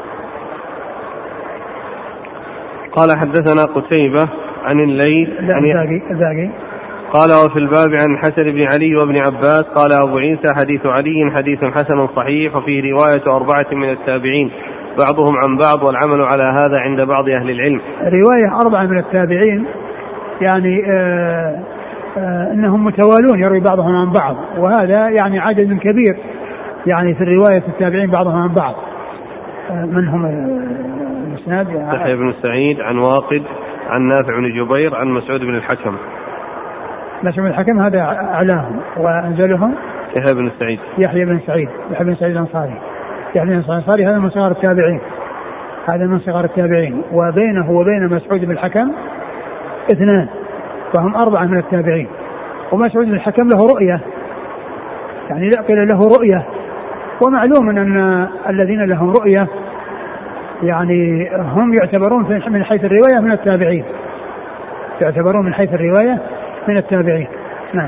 قال: حدثنا قتيبة عن الليث الباقي الباقي قال: وفي الباب عن حسن بن علي وابن عباس. قال أبو عيسى: حديث علي حديث حسن صحيح، وفيه رواية أربعة من التابعين بعضهم عن بعض، والعمل على هذا عند بعض أهل العلم. رواية أربعة من التابعين يعني آه آه إنهم متوالون يروي بعضهم عن بعض، وهذا يعني عدد كبير يعني في الرواية التابعين بعضهم عن بعض. آه منهم المسند يحيى بن سعيد عن واقد عن نافع بن جبير عن مسعود بن الحكم. مسعود بن الحكم هذا أعلاهم، وأنزلهم يحيى بن سعيد يحيى بن سعيد يحيى بن سعيد الأنصاري يحيى بن سعيد الأنصاري هذا من صغار التابعين هذا من صغار التابعين وبينه وبين مسعود بن الحكم اثنان، فهم أربعة من التابعين. ومسعود بن الحكم له رؤية، يعني لا قيل له رؤية، ومعلوم أن الذين لهم رؤية يعني هم يعتبرون من حيث الرواية من التابعين يعتبرون من حيث الرواية من التابعين. نعم.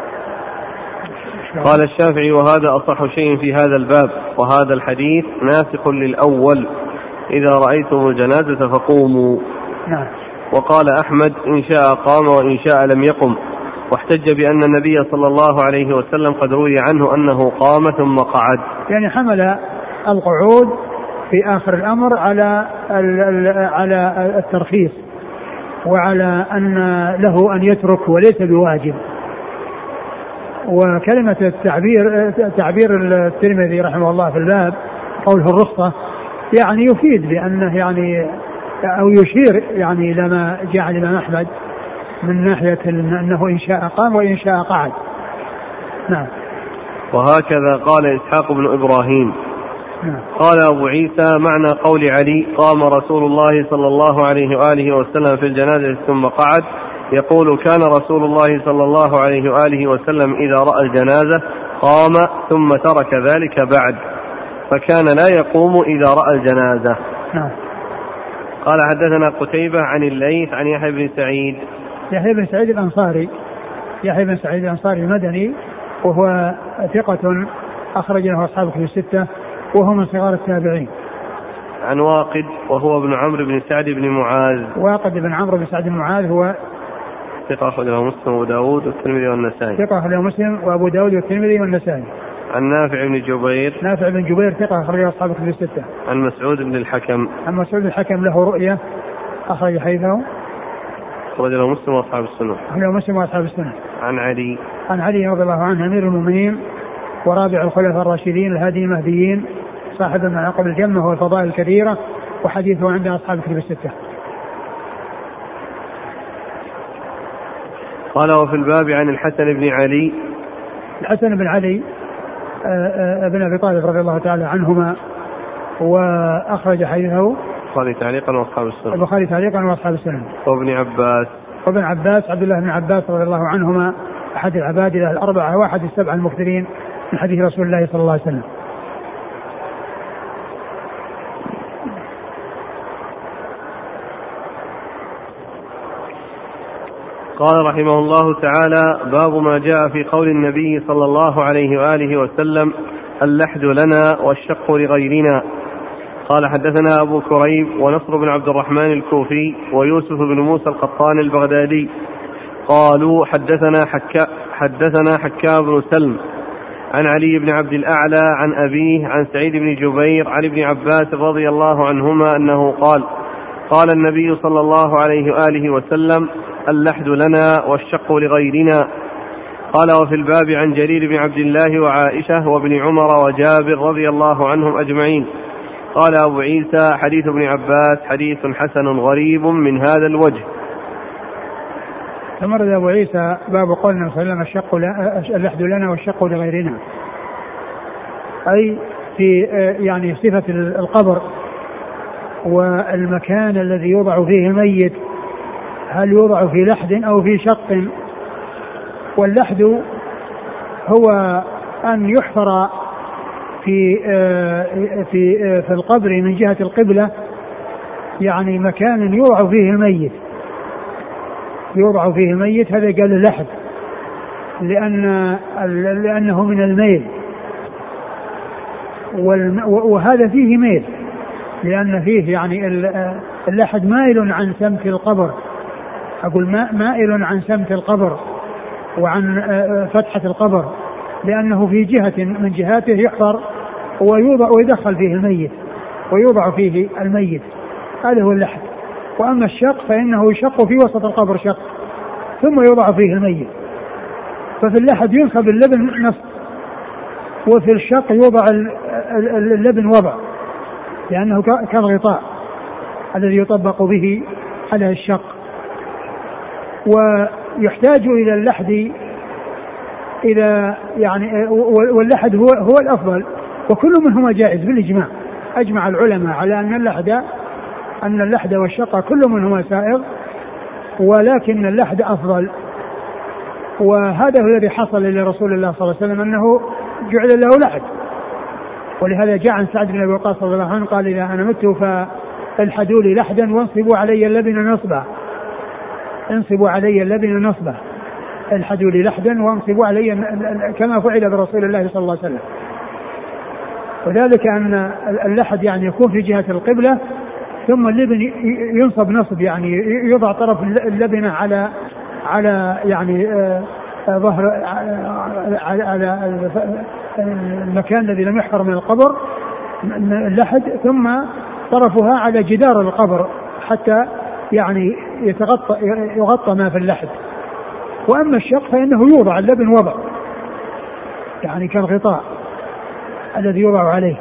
قال الشافعي: وهذا أصح شيء في هذا الباب، وهذا الحديث ناسخ للأول، إذا رأيتم الجنازة فقوموا. نعم. وقال أحمد: إن شاء قام وإن شاء لم يقم، واحتج بأن النبي صلى الله عليه وسلم قد روي عنه أنه قام ثم قعد، يعني حمل القعود في آخر الأمر على على الترخيص وعلى أن له أن يترك وليس بواجب. وكلمة التعبير تعبير الترمذي رحمه الله في الباب قوله الرخصة يعني يفيد بأنه يعني أو يشير يعني إلى ما جاء الإمام أحمد من ناحية أنه إن شاء قام وإن شاء قعد. نعم. وهكذا قال إسحاق بن إبراهيم. نعم. قال أبو عيسى معنى قول علي قام رسول الله صلى الله عليه وآله وسلم في الجنازة ثم قعد يقول كان رسول الله صلى الله عليه وآله وسلم إذا رأى الجنازة قام ثم ترك ذلك بعد فكان لا يقوم إذا رأى الجنازة. نعم. قال حدثنا قتيبة عن الليث عن يحيى بن سعيد يحيى بن سعيد الأنصاري يحيى بن سعيد الأنصاري المدني وهو ثقة أخرج له أصحاب الكتب الستة وهو من صغار التابعين. عن واقد وهو ابن عمرو بن سعد بن معاذ. واقد بن عمرو بن سعد بن معاذ هو ثقة أخرج له مسلم وأبو داود والترمذي والنسائي. ثقة أخرج له مسلم وأبو داود والترمذي والنسائي. عن نافع بن جبير نافع بن جبير ثقة أخرج له أصحاب الكتب الستة. عن مسعود بن الحكم عن مسعود الحكم له رؤية أخرج حديثه أخرج له مسلم وأصحاب السنة. أخرج له مسلم وأصحاب السنة. عن علي عن علي رضي الله عنه أمير المؤمنين ورابع الخلفاء الراشدين الهادي المهديين صاحب المناقب الجمة والفضائل الكثيرة وحديثه عند أصحاب الكتب الستة. قال وفي الباب عن الحسن بن علي. الحسن بن علي ابن أبي طالب رضي الله تعالى عنهما وأخرج حديثه البخاري تعليقا وأصحاب السنن. البخاري تعليقا وأصحاب السنن. وابن عباس وابن عباس عبد الله بن عباس رضي الله عنهما أحد العباد الأربعة واحد السبعة المكثرين من حديث رسول الله صلى الله عليه وسلم. قال رحمه الله تعالى باب ما جاء في قول النبي صلى الله عليه وآله وسلم اللحد لنا والشق لغيرنا. قال حدثنا أبو كريب ونصر بن عبد الرحمن الكوفي ويوسف بن موسى القطان البغدادي قالوا حدثنا حكا حدثنا حكا بن سلم عن علي بن عبد الأعلى عن أبيه عن سعيد بن جبير عن ابن عباس رضي الله عنهما أنه قال قال النبي صلى الله عليه وآله وسلم اللحد لنا والشق لغيرنا. قال وفي الباب عن جرير بن عبد الله وعائشة وابن عمر وجابر رضي الله عنهم أجمعين. قال أبو عيسى حديث ابن عباس حديث حسن غريب من هذا الوجه. تمرد أبو عيسى باب قولنا صلى الله عليه وسلم اللحد لنا والشق لغيرنا أي في يعني صفة القبر والمكان الذي يوضع فيه الميت هل يوضع في لحد أو في شق. واللحد هو أن يحفر في في في القبر من جهة القبلة يعني مكان يوضع فيه الميت يوضع فيه الميت هذا قال اللحد لأن لأنه من الميل وهذا فيه ميل لأن فيه يعني اللحد مائل عن سمت القبر. أقول مائل عن سمت القبر وعن فتحة القبر لأنه في جهة من جهاته يحفر ويوضع ويدخل فيه الميت ويوضع فيه الميت هذا هو اللحد. وأما الشق فإنه يشق في وسط القبر شق ثم يوضع فيه الميت. ففي اللحد ينصب اللبن نصب وفي الشق يوضع اللبن وضع لأنه كالغطاء الذي يطبق به على الشق. ويحتاج إلى اللحد إذا يعني واللحد هو هو الأفضل وكل منهما جائز بالإجماع. أجمع العلماء على أن اللحد أن اللحد والشق كل منهما سائغ ولكن اللحد أفضل. وهذا هو الذي حصل لرسول الله صلى الله عليه وسلم أنه جعل له لحد. ولهذا جاء عن سعد بن أبي وقاص رضي الله عنه قال إذا أنا مت فالحدوا لي لحدا وانصبوا علي اللبن نصبا انصبوا علي اللبن نصبا الحدوا لي لحدا وانصبوا علي كما فعل برسول الله صلى الله عليه وسلم. وذلك أن اللحد يعني يكون في جهة القبلة ثم اللبن ينصب نصب يعني يضع طرف اللبنة على على يعني ظهر على المكان الذي لم يحفر من القبر اللحد ثم طرفها على جدار القبر حتى يعني يتغطى يغطى ما في اللحد. وأما الشق فإنه يوضع اللبن وضع يعني كالغطاء الذي يوضع عليه.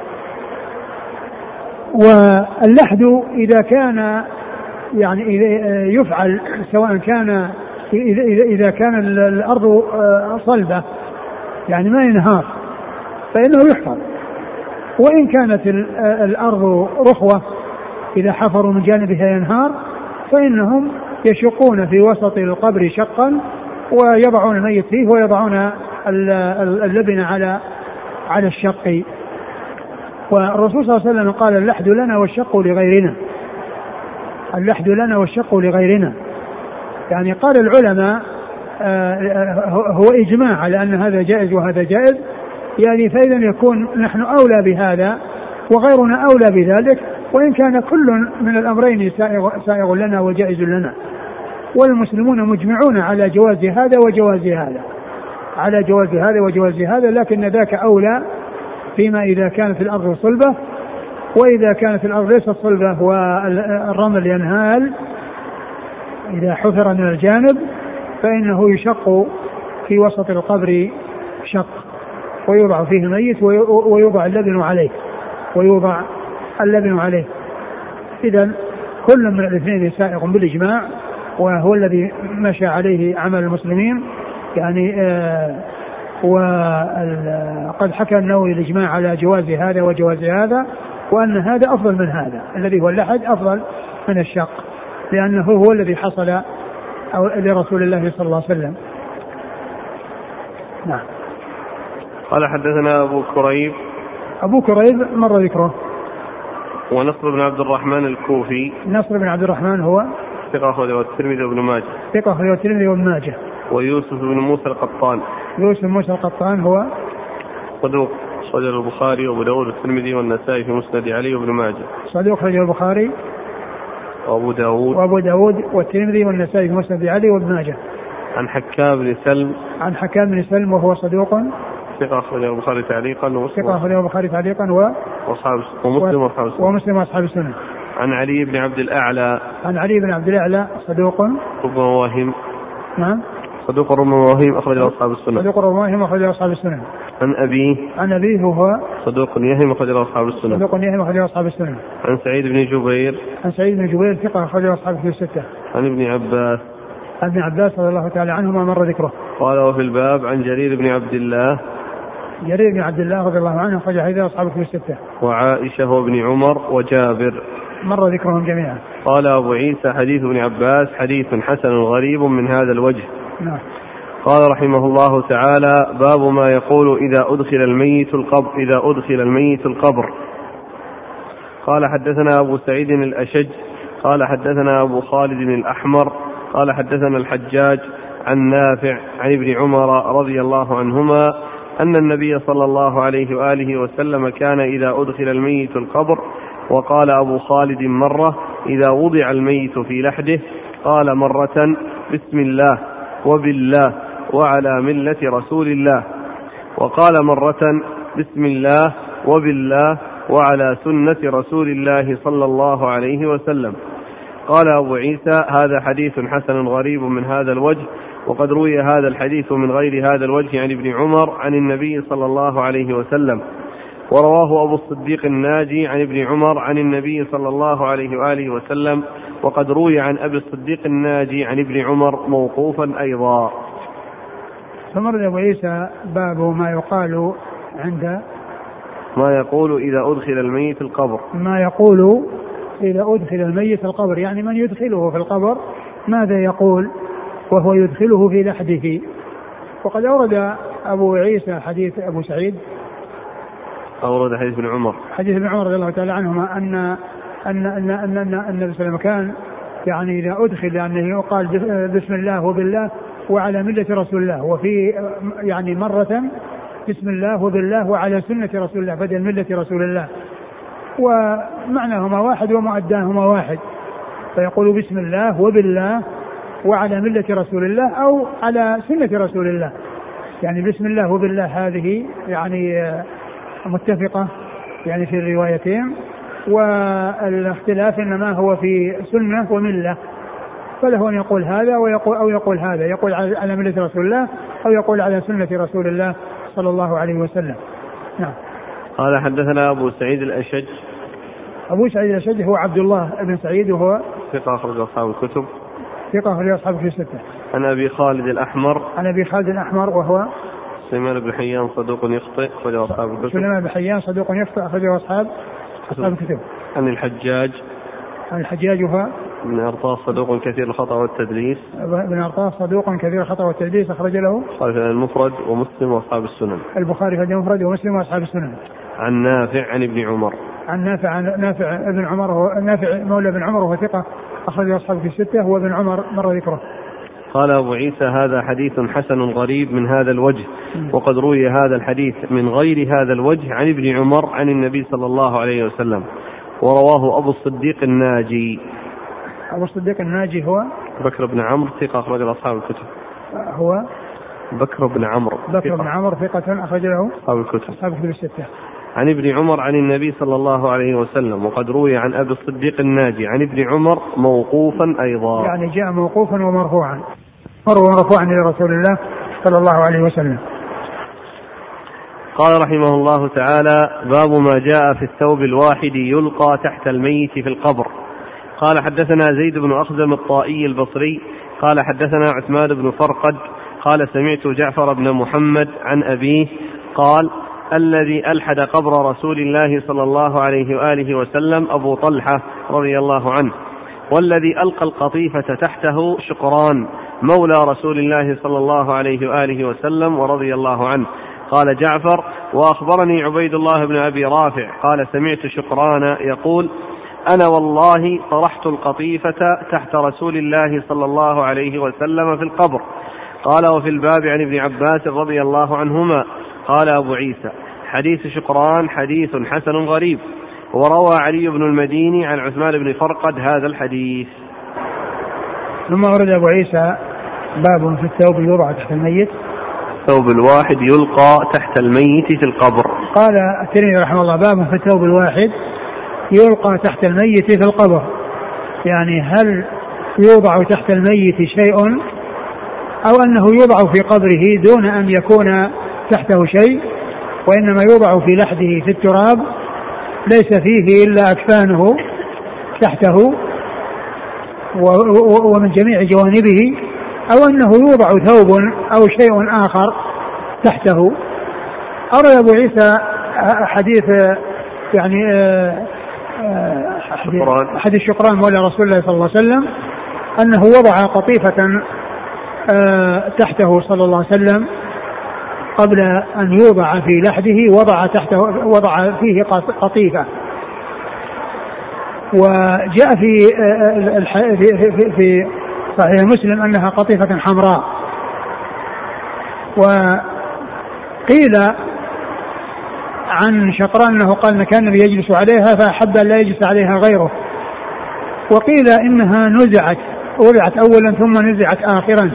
واللحد إذا كان يعني إذا يفعل سواء كان إذا, إذا كان الأرض صلبة يعني ما ينهار فإنه يحفر، وإن كانت الأرض رخوة إذا حفروا من جانبها ينهار فإنهم يشقون في وسط القبر شقا ويضعون الميت فيه ويضعون اللبن على على الشق. والرسول صلى الله عليه وسلم قال اللحد لنا والشق لغيرنا، اللحد لنا والشق لغيرنا. يعني قال العلماء هو إجماع على أن هذا جائز وهذا جائز، يعني فإذا يكون نحن أولى بهذا وغيرنا أولى بذلك، وإن كان كل من الأمرين سائغ لنا وجائز لنا، والمسلمون مجمعون على جواز هذا وجواز هذا، على جواز هذا وجواز هذا، لكن ذاك أولى فيما إذا كانت الأرض صلبة. وإذا كانت الأرض ليست صلبة والرمل ينهال إذا حفر من الجانب فإنه يشق في وسط القبر شق ويوضع فيه الميت ويوضع اللبن عليه ويوضع اللبن عليه. إذن كل من الاثنين سائغ بالإجماع، وهو الذي مشى عليه عمل المسلمين. يعني آه وقد حكى النووي الإجماع على جواز هذا وجواز هذا، وأن هذا أفضل من هذا الذي هو اللحد أفضل من الشق، لأنه هو الذي حصل لرسول الله صلى الله عليه وسلم. نعم. قال حدثنا أبو كريب. أبو كريب مر ذكره. ونصر بن عبد الرحمن الكوفي. نصر بن عبد الرحمن هو ثقة أخرجه الترمذي وابن ماجه. ثقة أخرجه الترمذي وابن ماجه. ويوسف بن موسى القطان. يوسف بن موسى القطان هو صدوق أخرجه البخاري وأبو داود والترمذي والنسائي في مسند علي وابن ماجه. صدوق أخرجه البخاري وأبو داود وأبو داود والترمذي والنسائي في مسند علي وابن ماجه. عن حكام بن سلم. عن حكام بن سلم وهو صدوق ثقة أخرجه البخاري تعليقا ثقة أخرجه البخاري تعليقا و وأصحاب ومسلم وأصحاب السنن. ومسلم وأصحاب السنن. عن علي بن عبد الأعلى. عن علي بن عبد الأعلى صدوق ربما واهم. نعم. صدوق ربما واهم أخرجه أصحاب السنن. صدوق ربما واهم أخرجه أصحاب السنن. عن أبيه. عن أبيه هو صدوق يهم أخرجه أصحاب السنن. صدوق يهم أخرجه أصحاب السنن. عن سعيد بن جبير. عن سعيد بن جبير ثقة أخرجه أصحاب الكتب الستة. عن ابن عباس. عن ابن عباس رضي الله تعالى عنهما مر ذكره. قال وفي الباب عن جرير بن عبد الله. جرير بن عبد الله رضي الله عنه أخرج حديث أصحاب الكتب الستة. وعائشة وابن عمر وجابر مر ذكرهم جميعا. قال أبو عيسى حديث ابن عباس حديث حسن غريب من هذا الوجه. نعم. قال رحمه الله تعالى باب ما يقول إذا أدخل الميت القبر إذا أدخل الميت القبر. قال حدثنا أبو سعيد الأشج قال حدثنا أبو خالد الأحمر قال حدثنا الحجاج عن نافع عن ابن عمر رضي الله عنهما أن النبي صلى الله عليه وآله وسلم كان إذا أدخل الميت القبر. وقال أبو خالد مرة إذا وضع الميت في لحده قال مرة بسم الله وبالله وعلى ملة رسول الله، وقال مرة بسم الله وبالله وعلى سنة رسول الله صلى الله عليه وسلم. قال أبو عيسى هذا حديث حسن غريب من هذا الوجه، وقد روي هذا الحديث من غير هذا الوجه عن ابن عمر عن النبي صلى الله عليه وسلم، ورواه أبو الصديق الناجي عن ابن عمر عن النبي صلى الله عليه وآله وسلم، وقد روي عن أبي الصديق الناجي عن ابن عمر موقوفا أيضا. فمر أبو عيسى باب ما يقال عند ما يقول إذا أدخل الميت القبر. ما يقول إذا أدخل الميت القبر، يعني من يدخله في القبر ماذا يقول وهو يدخله في لحده. وقد أورد أبو عيسى حديث أبو سعيد أورد حديث ابن عمر حديث ابن عمر رضي الله تعالى عنهما أن أن أن أن أن النبي صلى الله عليه وسلم كان يعني إذا أدخل يعني يقال بسم الله وبالله وعلى ملة رسول الله، وفي يعني مرة بسم الله وبالله وعلى سنة رسول الله بدل ملة رسول الله، ومعناهما واحد ومؤداهما واحد، فيقول بسم الله وبالله وعلى ملة رسول الله أو على سنة رسول الله. يعني بسم الله وبالله هذه يعني متفقة يعني في الروايتين، والاختلاف إنما هو في سنة وملة، فله أن يقول هذا ويقول أو يقول هذا، يقول على ملة رسول الله أو يقول على سنة رسول الله صلى الله عليه وسلم. نعم. قال حدثنا أبو سعيد الأشج. أبو سعيد الأشج هو عبد الله بن سعيد وهو ثقة أخرج أصحاب الكتب. ثقة أخرج أصحاب الكتب الستة. عن أبي خالد الأحمر. عن أبي خالد الأحمر وهو سليمان بن حيان صدوق يخطئ أخرج أصحاب الكتب. سليمان بن حيان صدوق يخطئ أخرج أصحاب أصحاب الكتب. عن الحجاج. عن الحجاج وهو بن أرطاس صدوق كثير الخطأ والتدليس. بن أرطاس صدوق كثير الخطأ والتدليس أخرج له البخاري في المفرد ومسلم وأصحاب السنن. البخاري في المفرد ومسلم وأصحاب السنن. عن نافع عن ابن عمر. عن نافع عن نافع ابن عمر هو نافع مولى بن عمر وهو ثقة أخرج أصحاب في الستة هو ابن عمر مر ذكره. قال أبو عيسى هذا حديث حسن غريب من هذا الوجه وقد روي هذا الحديث من غير هذا الوجه عن ابن عمر عن النبي صلى الله عليه وسلم ورواه أبو الصديق الناجي. أبو الصديق الناجي هو بكر بن عمرو ثقة أخرج أصحاب الكتب. هو بكر بن عمرو بكر بن عمرو ثقة أخرج له أصحاب الكتب. أصحاب الكتب الستة. عن ابن عمر عن النبي صلى الله عليه وسلم وقد روي عن أبي الصديق الناجي عن ابن عمر موقوفا أيضا. يعني جاء موقوفا ومرفوعا مرفوعا إلى رسول الله صلى الله عليه وسلم. قال رحمه الله تعالى باب ما جاء في الثوب الواحد يلقى تحت الميت في القبر. قال حدثنا زيد بن أخزم الطائي البصري قال حدثنا عثمان بن فرقد قال سمعت جعفر بن محمد عن أبيه قال الذي ألحد قبر رسول الله صلى الله عليه وآله وسلم أبو طلحة رضي الله عنه والذي ألقى القطيفة تحته شقران مولى رسول الله صلى الله عليه وآله وسلم ورضي الله عنه. قال جعفر وأخبرني عبيد الله بن أبي رافع قال سمعت شقران يقول أنا والله طرحت القطيفة تحت رسول الله صلى الله عليه وسلم في القبر. قال وفي الباب عن ابن عباس رضي الله عنهما. قال أبو عيسى حديث شقران حديث حسن غريب. وروى علي بن المديني عن عثمان بن فرقد هذا الحديث. ثم ورد أبو عيسى باب في الثوب يوضع تحت الميت. الثوب الواحد يلقى تحت الميت في القبر. قال الترمذي رحمه الله باب في الثوب الواحد يلقى تحت الميت في القبر. يعني هل يوضع تحت الميت شيء أو أنه يوضع في قبره دون أن يكون تحته شيء وإنما يوضع في لحده في التراب ليس فيه إلا أكفانه تحته ومن جميع جوانبه أو أنه يوضع ثوب أو شيء آخر تحته. أرى أبو عيسى حديث يعني حديث شقران مولى رسول الله صلى الله عليه وسلم أنه وضع قطيفة تحته صلى الله عليه وسلم قبل أن يوضع في لحده وضع تحته وضع فيه قطيفة. وجاء في في في صحيح مسلم أنها قطيفة حمراء. وقيل عن شقران أنه قال أن كان النبي يجلس عليها فأحب أن لا يجلس عليها غيره. وقيل إنها نزعت وضعت أولا ثم نزعت آخرا.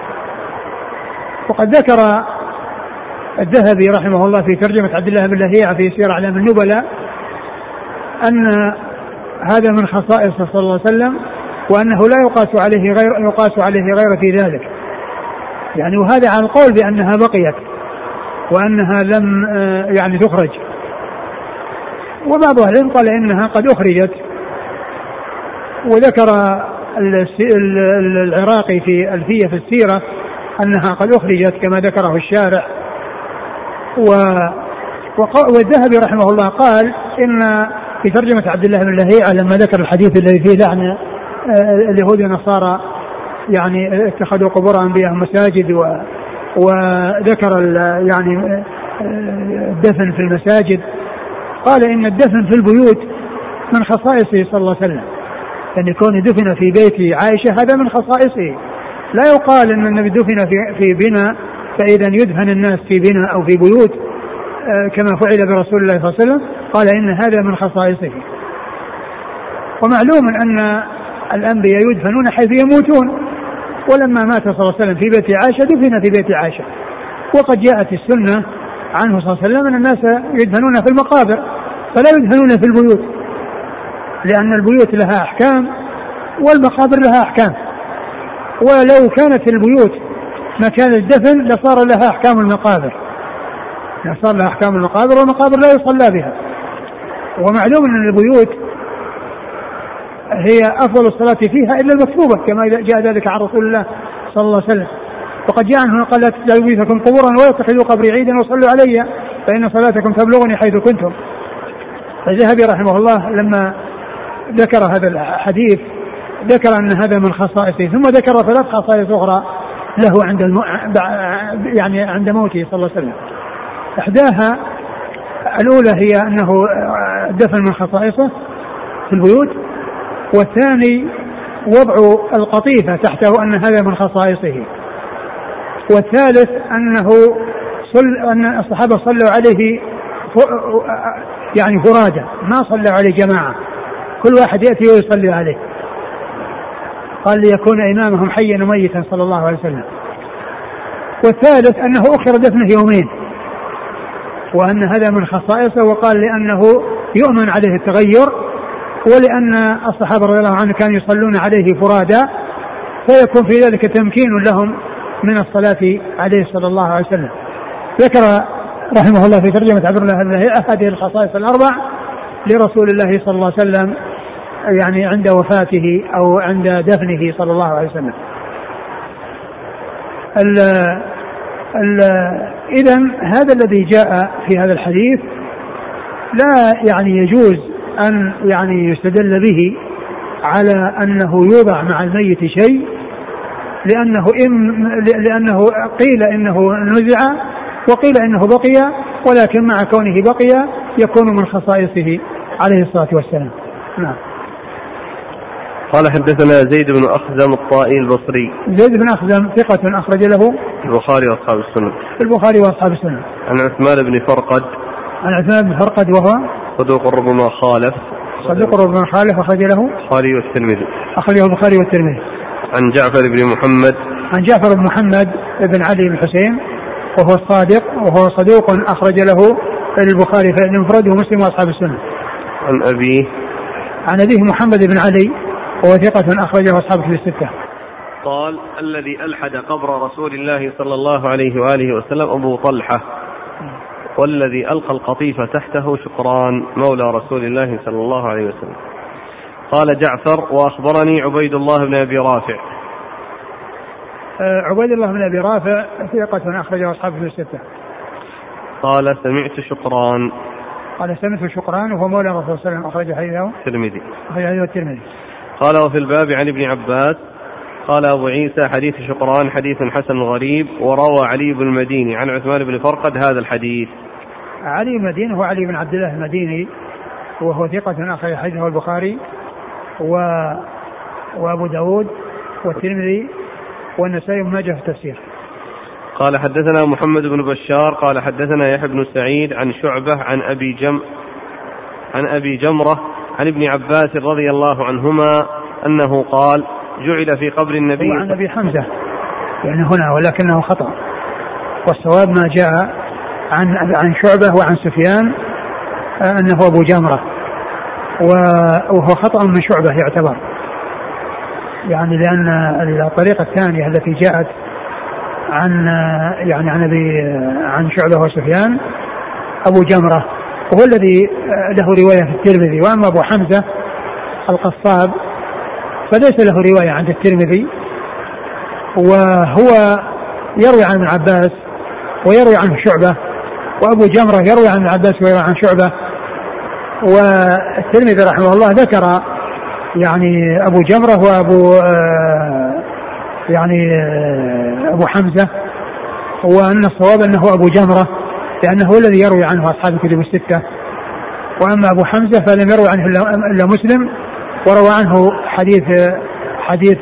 وقد ذكر الذهبي رحمه الله في ترجمة عبد الله بن لهيعة في سير أعلام النبلاء أن هذا من خصائصه صلى الله عليه وسلم وأنه لا يقاس عليه غير يقاس عليه غير في ذلك. يعني وهذا على القول بأنها بقيت وأنها لم يعني تخرج. وبعض أهل قال إنها قد أخرجت. وذكر العراقي في ألفية في السيرة أنها قد أخرجت كما ذكره الشارع. والذهبي رحمه الله قال إن في ترجمة عبد الله بن لهيعة لما ذكر الحديث الذي فيه لعن اليهود والنصارى يعني اتخذوا قبور أنبياء مساجد وذكر يعني الدفن في المساجد قال إن الدفن في البيوت من خصائصه صلى الله عليه وسلم. أن يكون دفن في بيت عائشة هذا من خصائصه. لا يقال أن النبي دفن في, في بناء فإذا يدفن الناس في بناء أو في بيوت كما فعل برسول الله صلى الله عليه وسلم. قال إن هذا من خصائصه. ومعلوم أن الأنبياء يدفنون حيث يموتون. ولما مات صلى الله عليه وسلم في بيت عائشة دفن في بيت عائشة. وقد جاءت السنة عنه صلى الله عليه وسلم أن الناس يدفنون في المقابر فلا يدفنون في البيوت لأن البيوت لها أحكام والمقابر لها أحكام. ولو كانت البيوت مكان الدفن لصار لها أحكام المقابر. صار لها أحكام المقابر، والمقابر لا يصلى بها. ومعلوم أن البيوت هي أفضل الصلاة فيها إلا المكتوبة كما جاء ذلك عن رسول الله صلى الله عليه وسلم. وقد جاء عنه قال لا تجعلوا بيوتكم قبورا ولا تتخذوا قبري عيدا وصلوا علي فإن صلاتكم تبلغني حيث كنتم. الذهبي رحمه الله لما ذكر هذا الحديث ذكر أن هذا من خصائصه، ثم ذكر ثلاث خصائص أخرى له عند الم... يعني عند موته صلى الله عليه وسلم. إحداها الأولى هي أنه دفن من خصائصه في البيوت، والثاني وضع القطيفة تحته أن هذا من خصائصه، والثالث أنه صل... أن الصحابة صلوا عليه ف... يعني فرادى ما صلوا عليه جماعة، كل واحد يأتي ويصلي عليه، قال ليكون إمامهم حيا وميتا صلى الله عليه وسلم. والثالث أنه أخر دفنه يومين، وأن هذا من خصائصه، وقال لأنه يؤمن عليه التغير، ولأن الصحابة رضي الله عنهم كانوا يصلون عليه فرادى فيكون في ذلك تمكين لهم من الصلاة عليه صلى الله عليه وسلم. ذكر رحمه الله في ترجمة عبد الله هذه الخصائص الأربع لرسول الله صلى الله عليه وسلم يعني عند وفاته أو عند دفنه صلى الله عليه وسلم. إذن هذا الذي جاء في هذا الحديث لا يعني يجوز أن يعني يستدل به على أنه يوضع مع الميت شيء، لأنه إن لأنه قيل إنه نزع وقيل إنه بقي، ولكن مع كونه بقي يكون من خصائصه عليه الصلاة والسلام. نعم. قال حدثنا زيد بن أخزم الطائي البصري. زيد بن أخزم ثقة أخرج له البخاري وأصحاب السنن. البخاري وأصحاب السنن. عن عثمان بن فرقد. عن عثمان بن فرقد وهو صدوق ربما خالف. صدوق ربما خالف أخرج له البخاري والترمذي. أخرجه البخاري والترمذي. عن جعفر بن محمد. عن جعفر بن محمد بن علي بن حسين وهو الصادق وهو صدوق أخرج له البخاري في المفرد ومسلم وأصحاب السنن. عن أبيه. عن أبيه محمد بن علي وهو ثقة أخرجه أصحابه في الستة. قال الذي ألحد قبر رسول الله صلى الله عليه وآله وسلم أبو طلحة، والذي ألقى القطيفة تحته شقران مولى رسول الله صلى الله عليه وسلم. قال جعفر وأخبرني عبيد الله بن أبي رافع. أه عبيد الله بن أبي رافع ثقة أخرجه أصحابه في الستة. قال سمعت شقران. قال سمعت شقران وهو مولى رسول الله صلى الله عليه وسلم أخرج حديثه الترمذي. أخرج حديثه الترمذي. قال وفي الباب عن ابن عباس قال أبو عيسى حديث شقران حديث حسن غريب، وروى علي بن المديني عن عثمان بن فرقد هذا الحديث. علي بن المديني هو علي بن عبد الله المديني وهو ثقة أخرج حديثه البخاري و... وأبو داود والترمذي والنسائي وابن ماجه في التفسير. قال حدثنا محمد بن بشار قال حدثنا يحيى بن سعيد عن شعبة عن أبي جم عن أبي جمرة عن ابن عباس رضي الله عنهما أنه قال جعل في قبر النبي عن أبي حمزة يعني هنا ولكنه خطأ، والصواب ما جاء عن عن شعبة وعن سفيان أنه أبو جمرة، وهو خطأ من شعبة يعتبر يعني، لأن الطريقة الثانية التي جاءت عن يعني عن أبي عن شعبة وسفيان أبو جمرة وهو الذي له رواية في الترمذي، وأما أبو حمزة القصاب فليس له رواية عند الترمذي، وهو يروي عن ابن عباس ويروي عنه شعبة، وأبو جمرة يروي عن ابن عباس ويروي عن شعبة. والترمذي رحمه الله ذكر يعني أبو جمرة وأبو يعني أبو حمزة، وأن الصواب أنه أبو جمرة لأنه هو الذي يروي عنه أصحاب الكتب الستة، وأما أبو حمزة فلم يروي عنه إلا مسلم، وروى عنه حديث حديث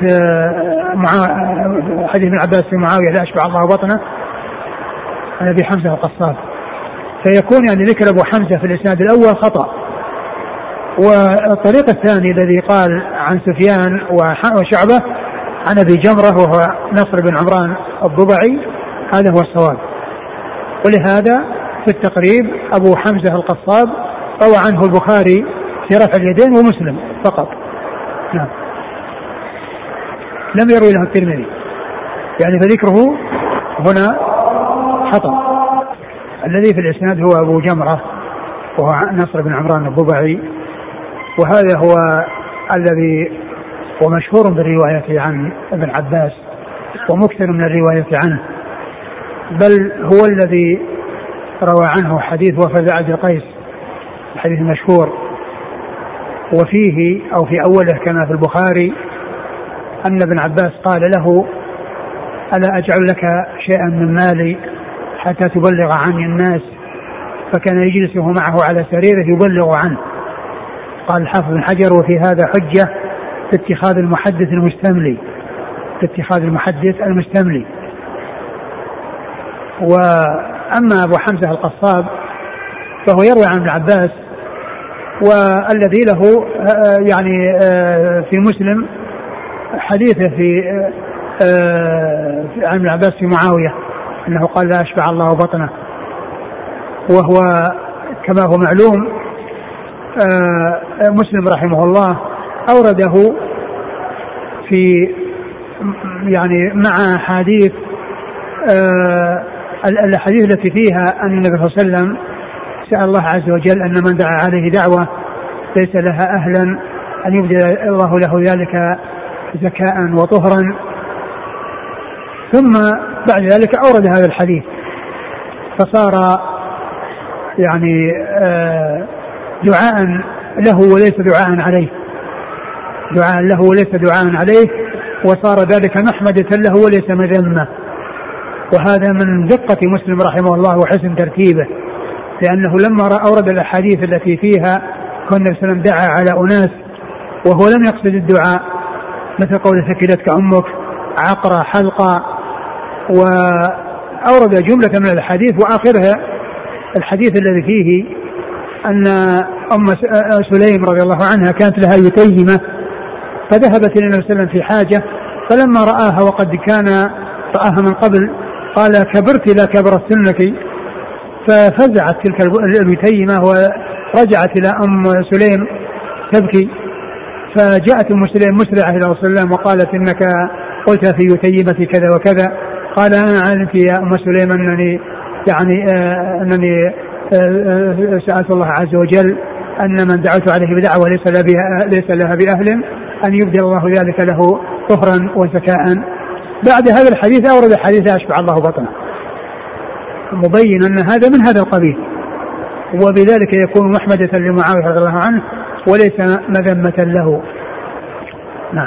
حديث ابن عباس في معاوية لا أشبع الله بطنه عن أبي حمزة القصاب، فيكون يعني ذكر أبو حمزة في الإسناد الأول خطأ. والطريق الثاني الذي قال عن سفيان وشعبة عن أبي جمرة وهو نصر بن عمران الضبعي هذا هو الصواب، ولهذا في التقريب أبو حمزة القصاب روى عنه البخاري في رفع اليدين ومسلم فقط. نعم. لم يروي له الترمذي يعني، فذكره هنا خطأ. الذي في الإسناد هو أبو جمرة وهو نصر بن عمران الضبعي، وهذا هو الذي هو مشهور بالرواية عن ابن عباس ومكثر من الرواية عنه، بل هو الذي روى عنه حديث وفد عبد القيس الحديث المشهور، وفيه أو في أوله كما في البخاري أن ابن عباس قال له ألا أجعل لك شيئا من مالي حتى تبلغ عني الناس، فكان يجلسه معه على سريره يبلغ عنه. قال الحافظ بن حجر وفي هذا حجة في اتخاذ المحدث المستملي في اتخاذ المحدث المستملي. وأما أبو حمزة القصاب فهو يروي عن ابن عباس، والذي له يعني في مسلم حديثه في عن ابن عباس في معاوية أنه قال لا أشبع الله بطنه، وهو كما هو معلوم مسلم رحمه الله أورده في يعني مع حديث الحديث التي فيها أن النبي صلى الله عليه وسلم سأل الله عز وجل أن من دعا عليه دعوة ليس لها أهلا أن يبدل الله له ذلك زكاء وطهرا، ثم بعد ذلك أورد هذا الحديث فصار يعني دعاء له وليس دعاء عليه دعاء له وليس دعاء عليه وصار ذلك محمدة له وليس مذمة. وهذا من دقة مسلم رحمه الله وحسن ترتيبه، لأنه لما أورد الأحاديث التي فيها كان النبي صلى الله عليه وسلم دعا على أناس وهو لم يقصد الدعاء، مثل قول ثكلتك أمك عقرة حلقة، وأورد جملة من الحديث وآخرها الحديث الذي فيه أن أم سليم رضي الله عنها كانت لها يتيمة فذهبت إلى النبي صلى الله عليه وسلم في حاجة، فلما رآها وقد كان رآها من قبل قال كبرت لا كبرت سنك، ففزعت تلك اليتيمة ورجعت إلى أم سليم تبكي، فجاءت أم سليم مسرعة إلى رسول الله وقالت إنك قلت في يتيمتي كذا وكذا. قال أنا علمت يا أم سليم أنني يعني آه أنني آه سألت الله عز وجل أن من دعوت عليه بدعوة ليس لها ليس لها بأهل أن يبدل الله ذلك له طهرا وزكاء. بعد هذا الحديث أورد حديث أشبع الله بطنه، مبين أن هذا من هذا القبيل، وبذلك يكون محمدة لمعاوية رضي الله عنه وليس مذمة له. نعم.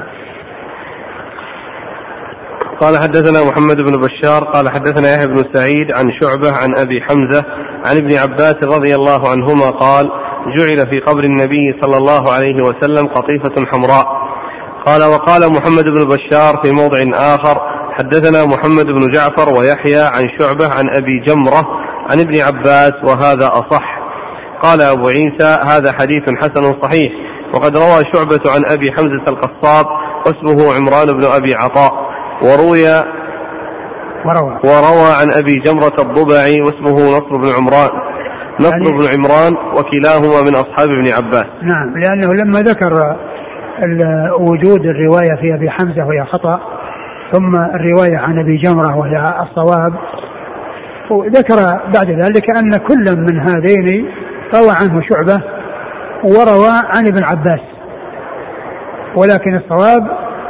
قال حدثنا محمد بن بشار قال حدثنا يحيى بن سعيد عن شعبة عن أبي حمزة عن ابن عباس رضي الله عنهما قال جعل في قبر النبي صلى الله عليه وسلم قطيفة حمراء. قال وقال محمد بن بشار في موضع آخر حدثنا محمد بن جعفر ويحيى عن شعبة عن أبي جمرة عن ابن عباس وهذا أصح. قال أبو عيسى هذا حديث حسن صحيح، وقد روى شعبة عن أبي حمزة القصاب واسمه عمران بن أبي عطاء، وروي وروى, وروى عن أبي جمرة الضبعي واسمه نصر بن عمران نصر يعني بن عمران وكلاهما من أصحاب ابن عباس. نعم، لأنه لما ذكر وجود الرواية في أبي حمزة وهي خطأ ثم الرواية عن أبي جمرة وهي الصواب، وذكر بعد ذلك أن كل من هذين روى عنه شعبة وروى عن ابن عباس، ولكن الصواب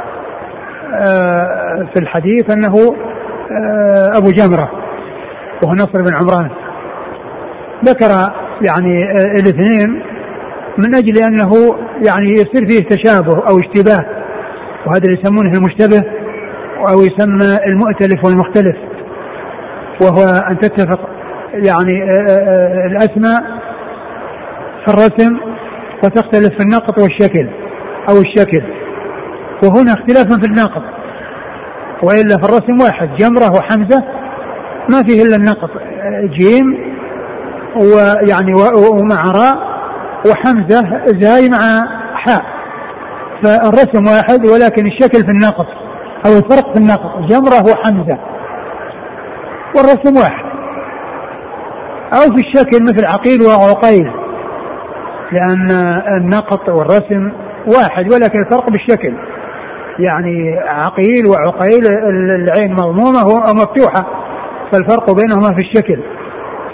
في الحديث أنه أبو جمرة وهو نصر بن عمران. ذكر يعني الاثنين من أجل أنه يعني يصير فيه تشابه أو اشتباه، وهذا اللي يسمونه المشتبه أو يسمى المؤتلف والمختلف، وهو أن تتفق يعني الأسماء في الرسم وتختلف في النقط والشكل أو الشكل، وهنا اختلاف في النقط، وإلا في الرسم واحد جمرة وحمزة ما فيه إلا النقط جيم ويعني ومع راء وحمزة زاي مع حاء، فالرسم واحد ولكن الشكل في النقط أو الفرق في النقط جمرة وحمزة، والرسم واحد، أو في الشكل مثل عقيل وعقيل، لأن النقط والرسم واحد ولكن الفرق بالشكل، يعني عقيل وعقيل العين مضمومة أو مفتوحة، فالفرق بينهما في الشكل،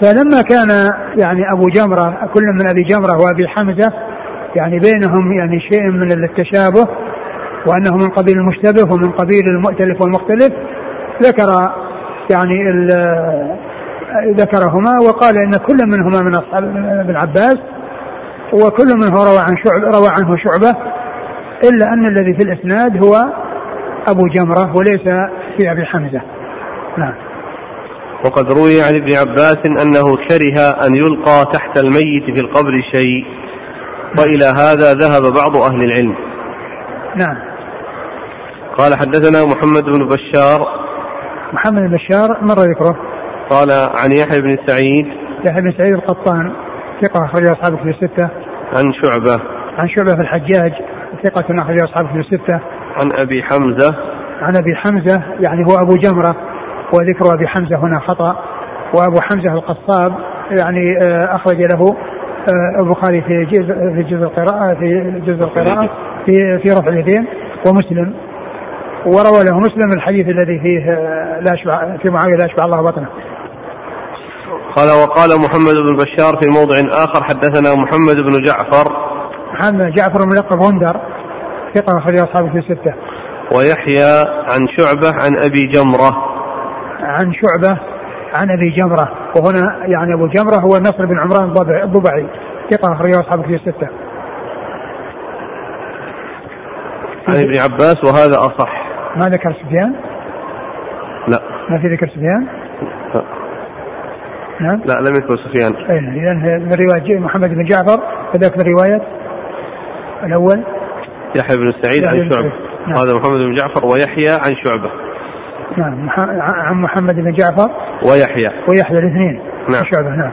فلما كان يعني أبو جمرة كل من أبي جمرة وأبي حمزة يعني بينهم يعني شيء من التشابه وأنه من قبيل المشتبه ومن قبيل المؤتلف والمختلف ذكر يعني ذكرهما وقال إن كل منهما من أصحاب ابن عباس وكل منه روى عن شعب روى عنه شعبة إلا أن الذي في الإسناد هو أبو جمرة وليس في أبي حمزة. نعم. وقد روي عن ابن عباس أنه كره أن يلقى تحت الميت في القبر شيء وإلى هذا ذهب بعض أهل العلم. نعم. قال حدثنا محمد بن بشار. محمد بن بشار مر ذكره. قال عن يحيى بن سعيد. يحيى بن سعيد القطان ثقة أخرج أصحابه في الستة. عن شعبة. عن شعبة في الحجاج ثقة أخرج أصحابه في الستة. عن أبي حمزة. عن أبي حمزة يعني هو أبو جمرة وذكر أبي حمزة هنا خطأ وأبو حمزة القصاب يعني أخرج له البخاري في جزء في جزء القراءة في جزء القراءة في في رفع اليدين ومسلم وروى له مسلم الحديث الذي فيه لا أشبع في معاوية لا أشبع الله بطنه. قال وقال محمد بن بشار في موضع آخر حدثنا محمد بن جعفر. محمد جعفر ملقب غندر ثقة أخرج أصحابه في الستة. ويحيى عن شعبة عن أبي جمرة. عن شعبة عن أبي جمرة وهنا يعني أبو جمرة هو نصر بن عمران الضبعي ثقة أخرج أصحابه في الستة. عن ابن عباس وهذا أصح. ما ذكر سفيان؟ لا. ما في ذكر سفيان؟ لا. نعم. لا لم يذكر سفيان. إذن من رواية محمد بن جعفر فذاك من رواية الأول يحيى بن سعيد عن شعبة. نعم. هذا محمد بن جعفر ويحيى عن شعبة. نعم عن محمد بن جعفر ويحيى ويحيى الاثنين. نعم. شعبة. نعم.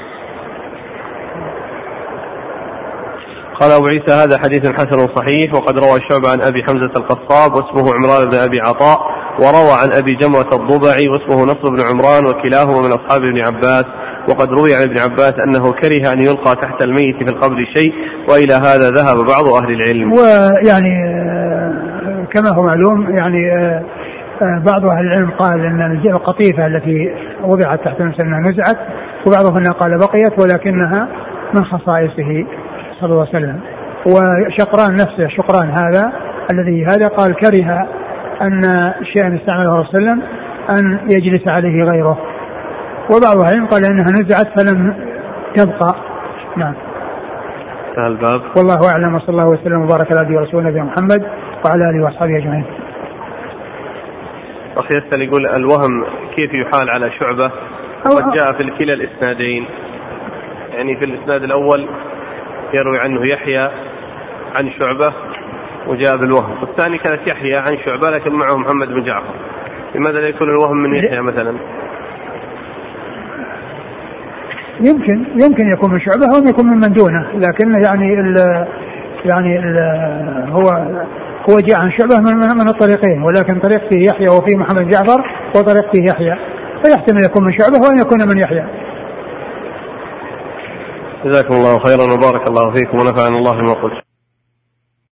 قال أبو عيسى هذا حديث حسن صحيح وقد روى شعبة عن أبي حمزة القصاب واسمه عمران بن أبي عطاء وروى عن أبي جمرة الضبعي واسمه نصر بن عمران وكلاهما من أصحاب ابن عباس وقد روي عن ابن عباس أنه كره أن يلقى تحت الميت في القبر شيء وإلى هذا ذهب بعض أهل العلم. ويعني كما هو معلوم يعني بعض أهل العلم قال أن القطيفة التي وضعت تحت المسنة نزعت وبعضهم قال بقيت ولكنها من خصائصه صلى الله عليه وسلم. وشقران نفسه شقران هذا الذي هذا قال كره أن شيئا استعمله رسول الله أن يجلس عليه غيره وبعض أهل العلم قال أنها نزعت فلم تبقى. نعم. الباب والله أعلم وصلى الله وسلم وبارك على عبده ورسوله نبينا محمد وعلى آله وأصحابه أجمعين. أخي يسأل يقول الوهم كيف يحال على شعبة وقد جاء في كلا الإسنادين يعني في الإسناد الأول يروي عنه يحيى عن شعبة وجاء بالوهم والثاني كانت يحيى عن شعبة لكن معه محمد بن جعفر لماذا لا يكون الوهم من يحيى مثلا؟ يمكن يمكن يكون من شعبة أو يكون من من دونه لكن يعني ال يعني ال هو هو جاء عن شعبة من, من الطريقين ولكن طريق فيه يحيى وفيه محمد جعفر وطريق فيه يحيى فيحتمل يكون من شعبة وأن يكون من يحيى. جزاكم الله خيرا وبارك الله فيكم ونفعنا الله بما قلت.